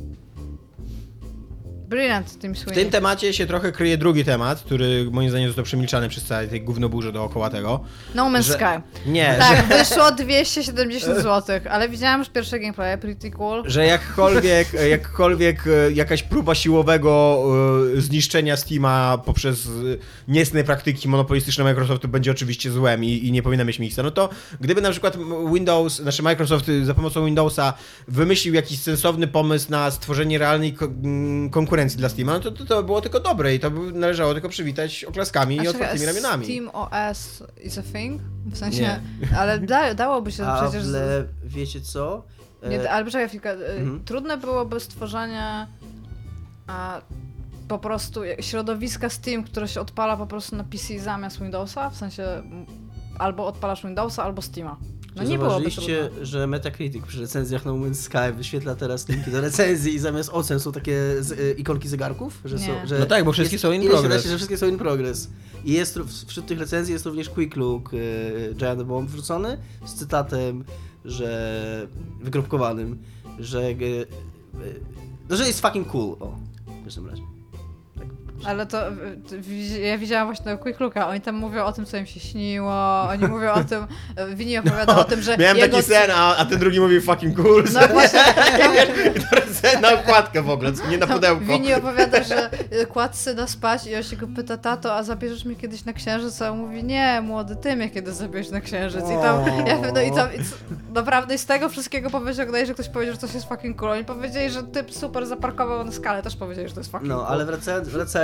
Brilliant, Tim Sweeney. W tym temacie się trochę kryje drugi temat, który moim zdaniem został przemilczany przez całej tej gównoburzy dookoła tego. No Man's że... Sky. Nie. Tak, że... wyszło dwieście siedemdziesiąt złotych, ale widziałam już pierwsze gameplay, pretty cool. Że jakkolwiek, jakkolwiek jakaś próba siłowego zniszczenia Steama poprzez niecne praktyki monopolistyczne Microsoftu będzie oczywiście złem i, i nie powinna mieć miejsca, no to gdyby na przykład Windows, znaczy Microsoft za pomocą Windowsa wymyślił jakiś sensowny pomysł na stworzenie realnej ko- konkurencji dla Steama, no to, to, to było tylko dobre i to by należało tylko przywitać oklaskami A i otwartymi ramionami. Steam O S is a thing? W sensie, nie. ale da, dałoby się A przecież... Ale wiecie co? Nie, ale poczekaj chwilkę, mhm. trudne byłoby stworzenie a, po prostu środowiska Steam, które się odpala po prostu na P C zamiast Windowsa, w sensie albo odpalasz Windowsa, albo Steama. No Czy nie byłoby zauważyliście, trudno. Że Metacritic przy recenzjach No Man's Sky wyświetla teraz linki do recenzji i zamiast ocen są takie z, y, ikonki zegarków? Że Nie. są, że no tak, bo wszystkie jest, są in ile się progress. da się, że wszystkie są in progress. I jest wśród tych recenzji jest również Quick Look y, Giant Bomb wrzucony z cytatem, że wykropkowanym, że y, y, no, że jest fucking cool. O, w każdym razie. Ale to, to ja widziałam właśnie tego Quick Looka, oni tam mówią o tym, co im się śniło, oni mówią o tym, Winnie opowiada no, o tym, że miałem jego... taki sen, a, a ten drugi mówi fucking cool. No właśnie. Na okładkę w ogóle, nie na pudełko. Winnie opowiada, że kładł syna spać i on się go pyta, tato, a zabierzesz mnie kiedyś na księżyc? A on mówi, nie, młody, ty mnie kiedy zabierzesz na księżyc. I tam, ja, no i tam, i co, naprawdę z tego wszystkiego powyciągnęli, że ktoś powiedział, że coś jest fucking cool. Oni powiedzieli, że typ super zaparkował na skalę, też powiedzieli, że to jest fucking no, cool. No, ale wracając, wracając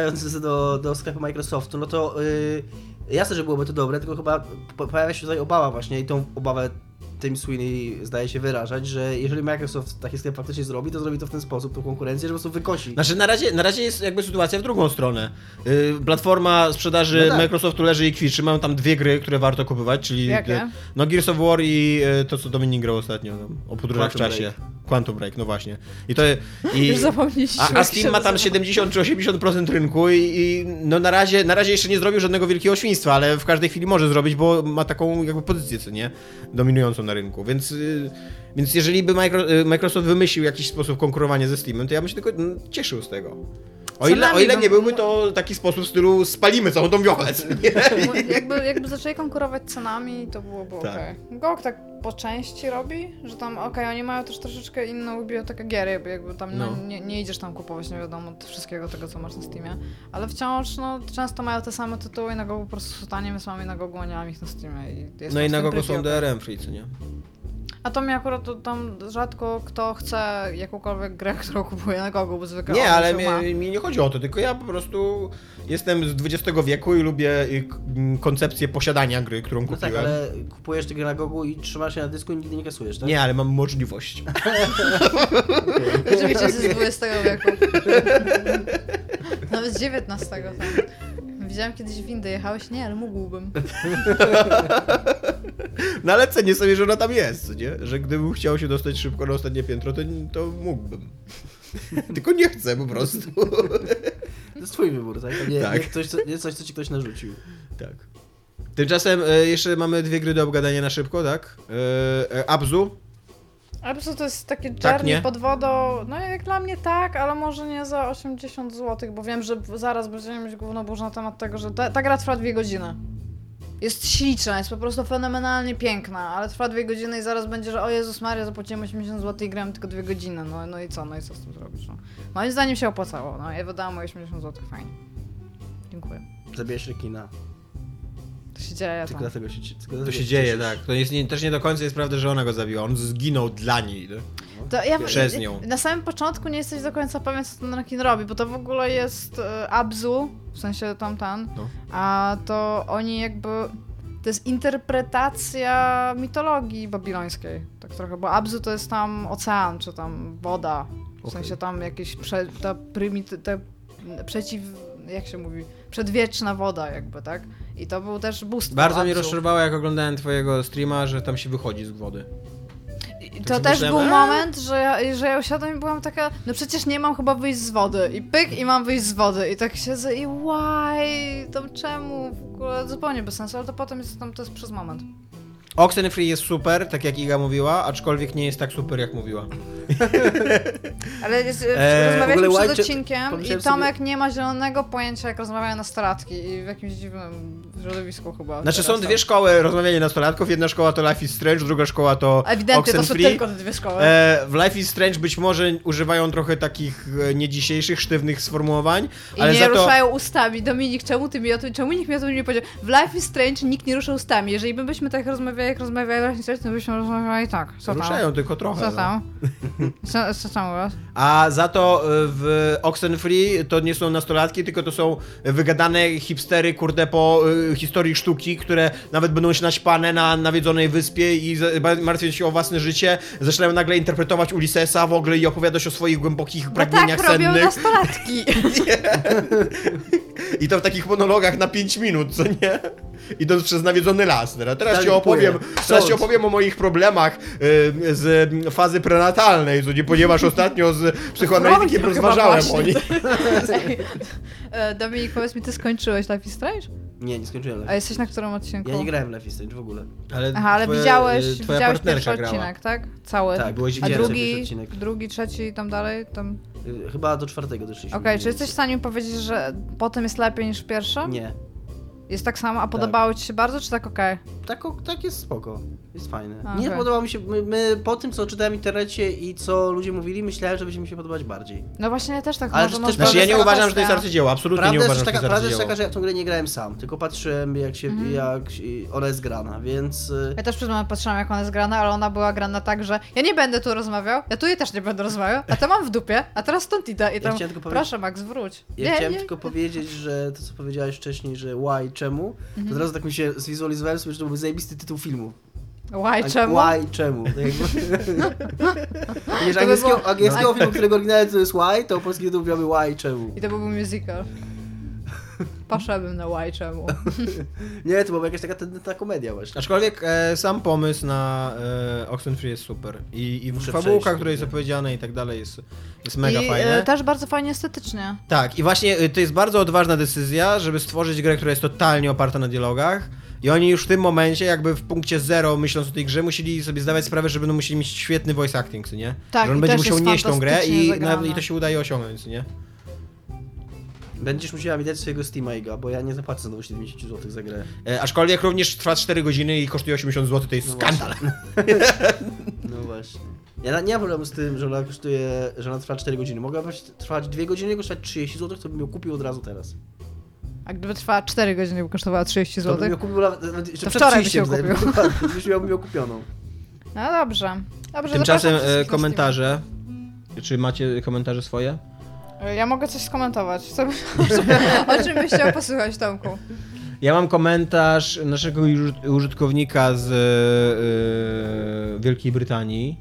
wracając do, do sklepu Microsoftu, no to yy, jasne, że byłoby to dobre, tylko chyba po- pojawia się tutaj obawa właśnie i tą obawę Tim Sweeney zdaje się wyrażać, że jeżeli Microsoft taki sklep faktycznie zrobi, to zrobi to w ten sposób, tą konkurencję, że po prostu wykosi. Znaczy na razie, na razie jest jakby sytuacja w drugą stronę. Yy, platforma sprzedaży No tak. Microsoftu leży i kwiczy. Mają tam dwie gry, które warto kupować, czyli Jakie? y, no Gears of War i y, to, co Dominik grał ostatnio, no, o podróżach w Quantum czasie. Quantum Break, no właśnie. I to i, Już zapomnieliśmy. a, a Steam ma tam siedemdziesiąt czy osiemdziesiąt procent rynku i, i no na razie, na razie jeszcze nie zrobił żadnego wielkiego świństwa, ale w każdej chwili może zrobić, bo ma taką jakby pozycję, co nie? Dominującą na rynku, więc, y, więc jeżeli by Micro, y, Microsoft wymyślił jakiś sposób konkurowania ze Steamem, to ja bym się tylko no, cieszył z tego. O Co ile, o nami ile bym- nie byłby to taki sposób w stylu spalimy całą tą wiosę, co nie? Jakby, jakby zaczęli konkurować cenami, to byłoby Tak. okej. G O G tak po części robi, że tam okej, oni mają też troszeczkę inną bibliotekę gier, jakby, jakby tam no. No. nie, nie idziesz tam kupować, nie wiadomo, wszystkiego tego, co masz na Steamie, ale wciąż, no, często mają te same tytuły i na Gogu po prostu są tanie, więc mamy na Gogu, a nie mam ich na Steamie. I jest No i tam na w tym kogo są tryb D R M free, co nie? A to mi akurat to, tam rzadko kto chce jakąkolwiek grę, którą kupuje na Gogu, bo zwykle Nie, on ale się ma. mi, mi nie chodzi o to, tylko ja po prostu jestem z dwudziestego wieku i lubię y, k- m, koncepcję posiadania gry, którą No kupiłem. tak, ale kupujesz te gry na Gogu i trzymasz je na dysku i nigdy nie kasujesz, tak? Nie, ale mam możliwość. Rzeczywiście jest z dwudziestego wieku. Nawet z dziewiętnastego tam. Widziałem kiedyś windy, jechałeś? Nie, ale mógłbym. No ale cenię sobie, że ona tam jest, co nie? Że gdybym chciał się dostać szybko na ostatnie piętro, to, to mógłbym. Tylko nie chcę po prostu. To jest twój wybór, tak? To nie, Tak. nie, coś, co, nie coś, co ci ktoś narzucił. Tak. Tymczasem e, jeszcze mamy dwie gry do obgadania na szybko, tak? E, e, Abzu. Ale po prostu to jest takie Tak, journey nie? pod wodą. No jak dla mnie tak, ale może nie za osiemdziesiąt złotych, bo wiem, że zaraz będziemy mieć główną burzę na temat tego, że ta, ta gra trwa dwie godziny. Jest śliczna, jest po prostu fenomenalnie piękna, ale trwa dwie godziny i zaraz będzie, że o Jezus Maria, zapłaciłem osiemdziesiąt złotych i grałem tylko dwie godziny. No, no i co? No i co z tym zrobić? No. Moim zdaniem się opłacało. No ja wydałam moje osiemdziesiąt złotych, fajnie. Dziękuję. Zabijesz rekina. To się dzieje Tylko tam. dlatego się, tylko To dlatego się dzieje, cieszysz. tak. To jest nie, też nie do końca jest prawda, że ona go zabiła. On zginął dla niej. No. To ja, Przez nią. Na samym początku nie jesteś do końca pewien, co ten rekin robi, bo to w ogóle jest e, Abzu, w sensie tamten, No. a to oni jakby... To jest interpretacja mitologii babilońskiej, tak trochę, bo Abzu to jest tam ocean, czy tam woda, w Okej. sensie tam jakieś prze, ta prymity, te przeciw... jak się mówi? Przedwieczna woda jakby, tak? I to był też bóstwo Bardzo mnie Abzu. rozczarowało, jak oglądałem twojego streama, że tam się wychodzi z wody. I Tak to sobie też myślałem, był a? moment, że ja, że ja usiadłam i byłam taka, no przecież nie mam chyba wyjść z wody. I pyk, i mam wyjść z wody. I tak siedzę i why? To czemu? W ogóle zupełnie bez sensu, ale to potem jest tam, to jest przez moment. Oxenfree jest super, tak jak Iga mówiła, aczkolwiek nie jest tak super, jak mówiła. Ale jest, Eee, rozmawialiśmy w ogóle przed White- odcinkiem i pomyślałem Tomek nie ma zielonego pojęcia, jak rozmawiają nastolatki i w jakimś dziwnym środowisku chyba. Znaczy są teraz dwie szkoły rozmawiania nastolatków, jedna szkoła to Life is Strange, druga szkoła to Ewidentnie to są Oxenfree. tylko te dwie szkoły. E, w Life is Strange być może używają trochę takich e, nie dzisiejszych, sztywnych sformułowań, I ale nie za to... ruszają ustami. Dominik, czemu ty mi o tym, czemu nikt mi o tym nie powiedział? W Life is Strange nikt nie rusza ustami. Jeżeli my byśmy tak rozmawiali, jak rozmawiali w Life is Strange, to byśmy rozmawiali tak. Co tam? Ruszają tylko trochę. Co no. tam? Co, co tam u was? A za to e, w Oxenfree to nie są nastolatki, tylko to są wygadane hipstery, kurde, po e, historii sztuki, które nawet będą się naćpane na nawiedzonej wyspie i za- ba- martwiąc się o własne życie, zaczynają nagle interpretować Ulyssesa w ogóle i opowiadać o swoich głębokich No pragnieniach tak robią sennych. nastolatki. I to w takich monologach na pięć minut, co nie? Idąc przez nawiedzony las. Teraz Tak, ci opowiem, dziękuję. teraz ci Sąd. opowiem o moich problemach y, z fazy prenatalnej, co nie, ponieważ ostatnio z psychoanalitykiem Freud rozważałem chyba o nich. Ej, e, Dominik, powiedz mi, ty skończyłeś Life is Strange? Nie, nie skończyłem A Life. jesteś na którym odcinku? Ja nie grałem w Life is Strange w ogóle. Ale Aha, ale twoja, widziałeś, y, twoja widziałeś partnerka pierwszy grała. odcinek, tak? Cały? Tak, byłeś A widziałem drugi, pierwszy odcinek. drugi, trzeci i tam dalej? Tam... Y, Chyba do czwartego doszliśmy. Okej, mniej czy jesteś w więcej. stanie mi powiedzieć, że potem jest lepiej niż w pierwszym? Nie. Jest tak samo, a podobało ci się bardzo, czy tak okej? Tak, o- tak jest spoko. Jest fajne. A, Nie okej. podobało mi się, my, my po tym co czytałem w internecie i co ludzie mówili, myślałem, że będzie mi się podobać bardziej. No właśnie, ja też tak Ale może to może też- Znaczy ja nie taka uważam, że to jest kwestia. arcydzieło, absolutnie Prawda nie jest, uważam, taka, że to jest prawda jest arcydzieło. taka, że ja w tą grę nie grałem sam, tylko patrzyłem jak się, Mhm. jak ona jest grana, więc... y, Ja też przed momentem patrzyłam, jak ona jest grana, ale ona była grana tak, że ja nie będę tu rozmawiał, ja tu jej też nie będę rozmawiał, a to mam w dupie, a teraz stąd idę i tam, chciałem tylko powiedzieć- proszę Max, wróć. Ja nie, chciałem nie. tylko powiedzieć, że to co powiedziałeś wcześniej, że why, czemu, to Mhm. od razu tak mi się zwizualizowałem sobie, że to byłby zajebisty tytuł filmu. Why, A- czemu? Why, czemu? Tak jakby... Wiesz, by angielskiego, było- angielskiego filmu, którego oryginalnie to jest why, to polski tytuł brzmi why, czemu. I to byłby musical. Poszedłbym na why, czemu. Nie, to była jakaś taka tendentna komedia właśnie. Aczkolwiek e, sam pomysł na e, Oxenfree jest super. I, i Muszę fabułka, przejść, która jest nie? opowiedziana i tak dalej jest, jest mega I fajne. e, też bardzo fajnie estetycznie. Tak, i właśnie y, to jest bardzo odważna decyzja, żeby stworzyć grę, która jest totalnie oparta na dialogach. I oni już w tym momencie, jakby w punkcie zero, myśląc o tej grze, musieli sobie zdawać sprawę, że będą musieli mieć świetny voice acting, co nie? Tak, że on i będzie też musiał jest nieść tą grę fantastycznie i, zagrane. na, i to się udaje osiągnąć, co nie? Będziesz musiała mi dać swojego Steama Iga, bo ja nie zapłacę znowu siedemdziesiąt złotych za grę. E, aczkolwiek również trwa cztery godziny i kosztuje osiemdziesiąt złotych, to jest No skandal. No właśnie. Ja na- nie mam problemu z tym, że ona kosztuje, że ona trwa cztery godziny. Mogłaby trwać dwie godziny i kosztować trzydzieści złotych, to bym ją kupił od razu teraz. A gdyby trwała cztery godziny, by kosztowała trzydzieści To bym złotych. ją kupił nawet, nawet jeszcze To przed wczoraj byś ją przyjściem, kupił. dokładnie, już miałbym ją kupioną. No dobrze. Dobrze, Tymczasem zapraszam e, wszystkich na komentarze. Czy macie komentarze swoje? Steam'a. Ja mogę coś skomentować. Co, by- o czym byś chciał posłuchać, Tomku? Ja mam komentarz naszego uży- użytkownika z e, Wielkiej Brytanii.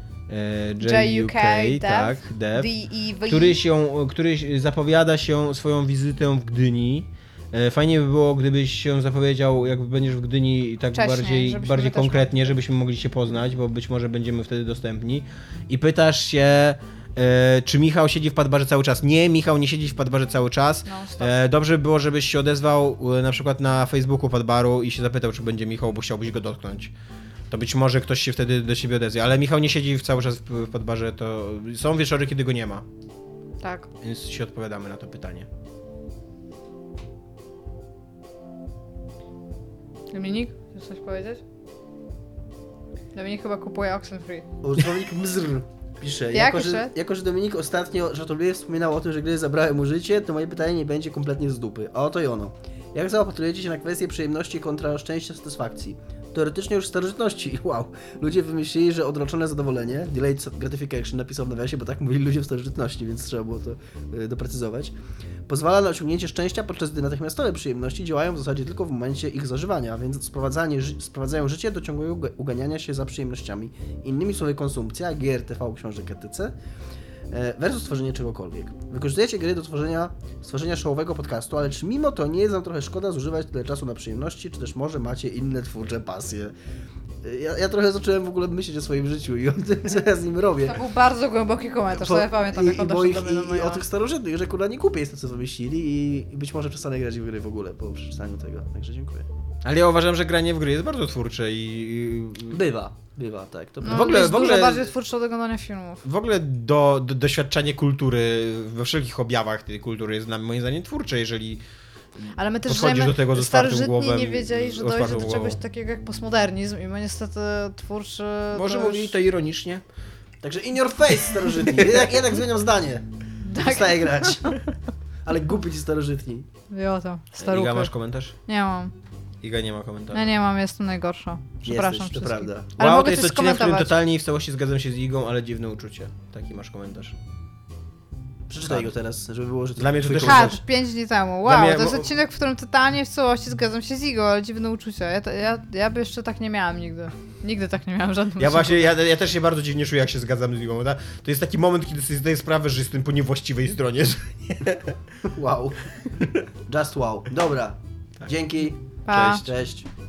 E, J U K, J U K, tak, Dev. D E V. który się, który zapowiada się swoją wizytę w Gdyni. E, Fajnie by było, gdybyś się zapowiedział, jak będziesz w Gdyni tak Wcześniej, bardziej, żebyśmy bardziej też konkretnie, żebyśmy mogli się poznać, bo być może będziemy wtedy dostępni. I pytasz się, e, czy Michał siedzi w Padbarze cały czas. Nie, Michał nie siedzi w Padbarze cały czas. No, stop. E, dobrze by było, żebyś się odezwał e, na przykład na Facebooku Padbaru i się zapytał, czy będzie Michał, bo chciałbyś go dotknąć. To być może ktoś się wtedy do ciebie odezwie, ale Michał nie siedzi cały czas w, w Padbarze, to są wieczory, kiedy go nie ma. Tak. Więc się odpowiadamy na to pytanie. Dominik, chcesz coś powiedzieć? Dominik chyba kupuje Oxenfree. Użytkownik Mzr pisze, Jak jako pisze? że, jako że Dominik ostatnio żartobliwie wspominał o tym, że gry zabrały mu życie, to moje pytanie nie będzie kompletnie z dupy. A oto i ono. Jak zaopatrujecie się na kwestię przyjemności kontra szczęścia, satysfakcji? Teoretycznie już w starożytności, wow, ludzie wymyślili, że odroczone zadowolenie, delayed gratification napisał w nawiasie, bo tak mówili ludzie w starożytności, więc trzeba było to y, doprecyzować, pozwala na osiągnięcie szczęścia, podczas gdy natychmiastowe przyjemności działają w zasadzie tylko w momencie ich zażywania, więc sprowadzanie, ży- sprowadzają życie do ciągłego uga- uganiania się za przyjemnościami. Innymi słowy konsumpcja, gier, T V, książek, et cetera e, versus tworzenie czegokolwiek. Wykorzystujecie gry do tworzenia, stworzenia showowego podcastu, ale czy mimo to nie jest wam trochę szkoda zużywać tyle czasu na przyjemności, czy też może macie inne twórcze pasje? E, Ja, ja trochę zacząłem w ogóle myśleć o swoim życiu i o tym, co ja z nim robię. To był bardzo głęboki komentarz, to ja pamiętam, i, jak i, on bo doszedł ich, do mnie do i, i maila. o tych starożytnych, że kurwa nie kupię jest to, co wymyślili i, i być może przestanę grać w gry w ogóle po przeczytaniu tego, także dziękuję. Ale ja uważam, że granie w gry jest bardzo twórcze i... i Bywa, bywa, tak. To No, w ogóle- ogóle, jest w ogóle- dużo bardziej twórcze od oglądania filmów. w ogóle do, do, doświadczanie kultury we wszelkich objawach tej kultury jest dla- moim zdaniem twórcze, jeżeli... Ale my też Podchodzisz żyjemy, do tego z otwartym starożytni głowem nie i- wiedzieli, z że dojdzie otwartą do czegoś głową. takiego jak postmodernizm i my niestety twórczy... Może to już- mówili to ironicznie? Także in your face, starożytni. Jednak, jednak zmieniam zdanie. Tak. Przestaję grać. Ale głupi ci starożytni. Jo tam, Iga, staruchy. masz komentarz? Nie mam. Iga nie ma komentarza. Ja nie mam, jestem najgorsza. Przepraszam Jesteś, to wszystkich. prawda. Ale wow, mogę to jest coś odcinek, w którym skomentować. totalnie i w całości zgadzam się z Igą, ale dziwne uczucie. Taki masz komentarz. Przeczytaj go teraz, żeby było, że to Dla mnie to twój też komentarz. Hat, pięć dni temu. Dla Wow, mnie- to jest bo- odcinek, w którym totalnie w całości zgadzam się z Igą, ale dziwne uczucia. Ja, to, ja, ja by jeszcze tak nie miałam nigdy. Nigdy tak nie miałam w żadnym Ja odcinku. właśnie, ja, ja też się bardzo dziwnie czuję, jak się zgadzam z Igą. Ta- To jest taki moment, kiedy sobie zdaję sprawę, że jestem po niewłaściwej stronie. że- Wow. Just wow. Dobra. Dzięki. Pa. Cześć. Cześć.